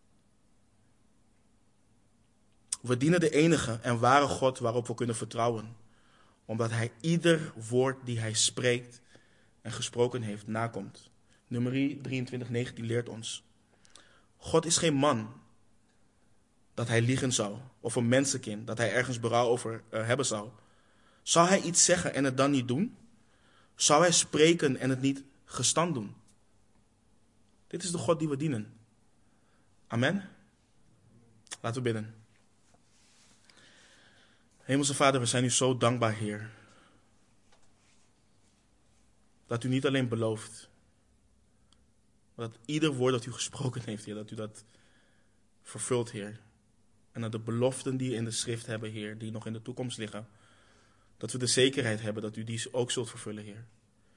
We dienen de enige en ware God waarop we kunnen vertrouwen. Omdat hij ieder woord die hij spreekt en gesproken heeft nakomt. Numeri drieëntwintig negentien leert ons. God is geen man dat hij liegen zou. Of een mensenkind dat hij ergens berouw over uh, hebben zou. Zou hij iets zeggen en het dan niet doen? Zou hij spreken en het niet gestand doen? Dit is de God die we dienen. Amen. Laten we bidden. Hemelse Vader, we zijn u zo dankbaar, Heer. Dat u niet alleen belooft, maar dat ieder woord dat u gesproken heeft, Heer, dat u dat vervult, Heer. En dat de beloften die we in de schrift hebben, Heer, die nog in de toekomst liggen, dat we de zekerheid hebben dat u die ook zult vervullen, Heer.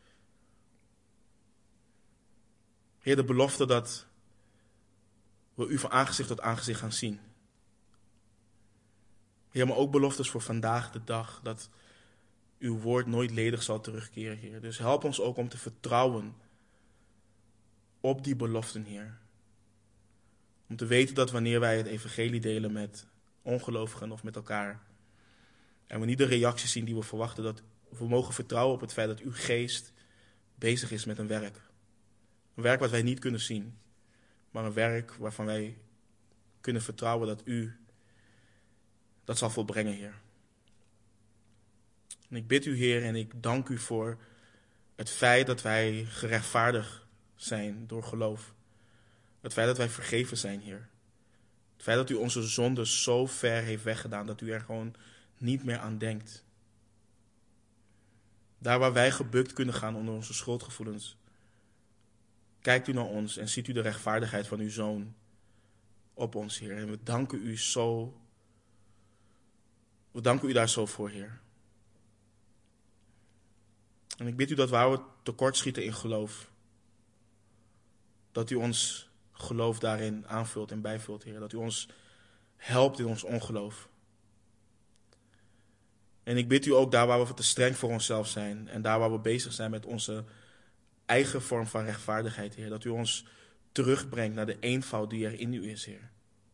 Heer, de belofte dat we u van aangezicht tot aangezicht gaan zien. Heer, maar ook beloftes voor vandaag de dag, dat uw woord nooit ledig zal terugkeren, Heer. Dus help ons ook om te vertrouwen op die beloften, Heer. Om te weten dat wanneer wij het evangelie delen met ongelovigen of met elkaar, en we niet de reacties zien die we verwachten, dat we mogen vertrouwen op het feit dat uw geest bezig is met een werk. Een werk wat wij niet kunnen zien, maar een werk waarvan wij kunnen vertrouwen dat u dat zal volbrengen, Heer. En ik bid u, Heer, en ik dank u voor het feit dat wij gerechtvaardigd zijn door geloof. Het feit dat wij vergeven zijn, Heer. Het feit dat u onze zonden zo ver heeft weggedaan dat u er gewoon niet meer aan denkt. Daar waar wij gebukt kunnen gaan onder onze schuldgevoelens, kijkt u naar ons en ziet u de rechtvaardigheid van uw Zoon op ons, Heer. En we danken u zo. We danken u daar zo voor, Heer. En ik bid u dat waar we tekortschieten in geloof, dat u ons geloof daarin aanvult en bijvult, Heer. Dat u ons helpt in ons ongeloof. En ik bid u ook daar waar we te streng voor onszelf zijn en daar waar we bezig zijn met onze eigen vorm van rechtvaardigheid, Heer. Dat u ons terugbrengt naar de eenvoud die er in u is, Heer.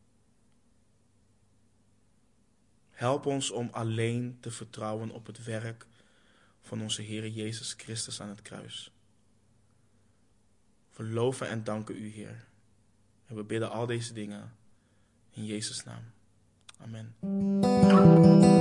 Help ons om alleen te vertrouwen op het werk van onze Heer Jezus Christus aan het kruis. We loven en danken u, Heer. En we bidden al deze dingen in Jezus' naam. Amen.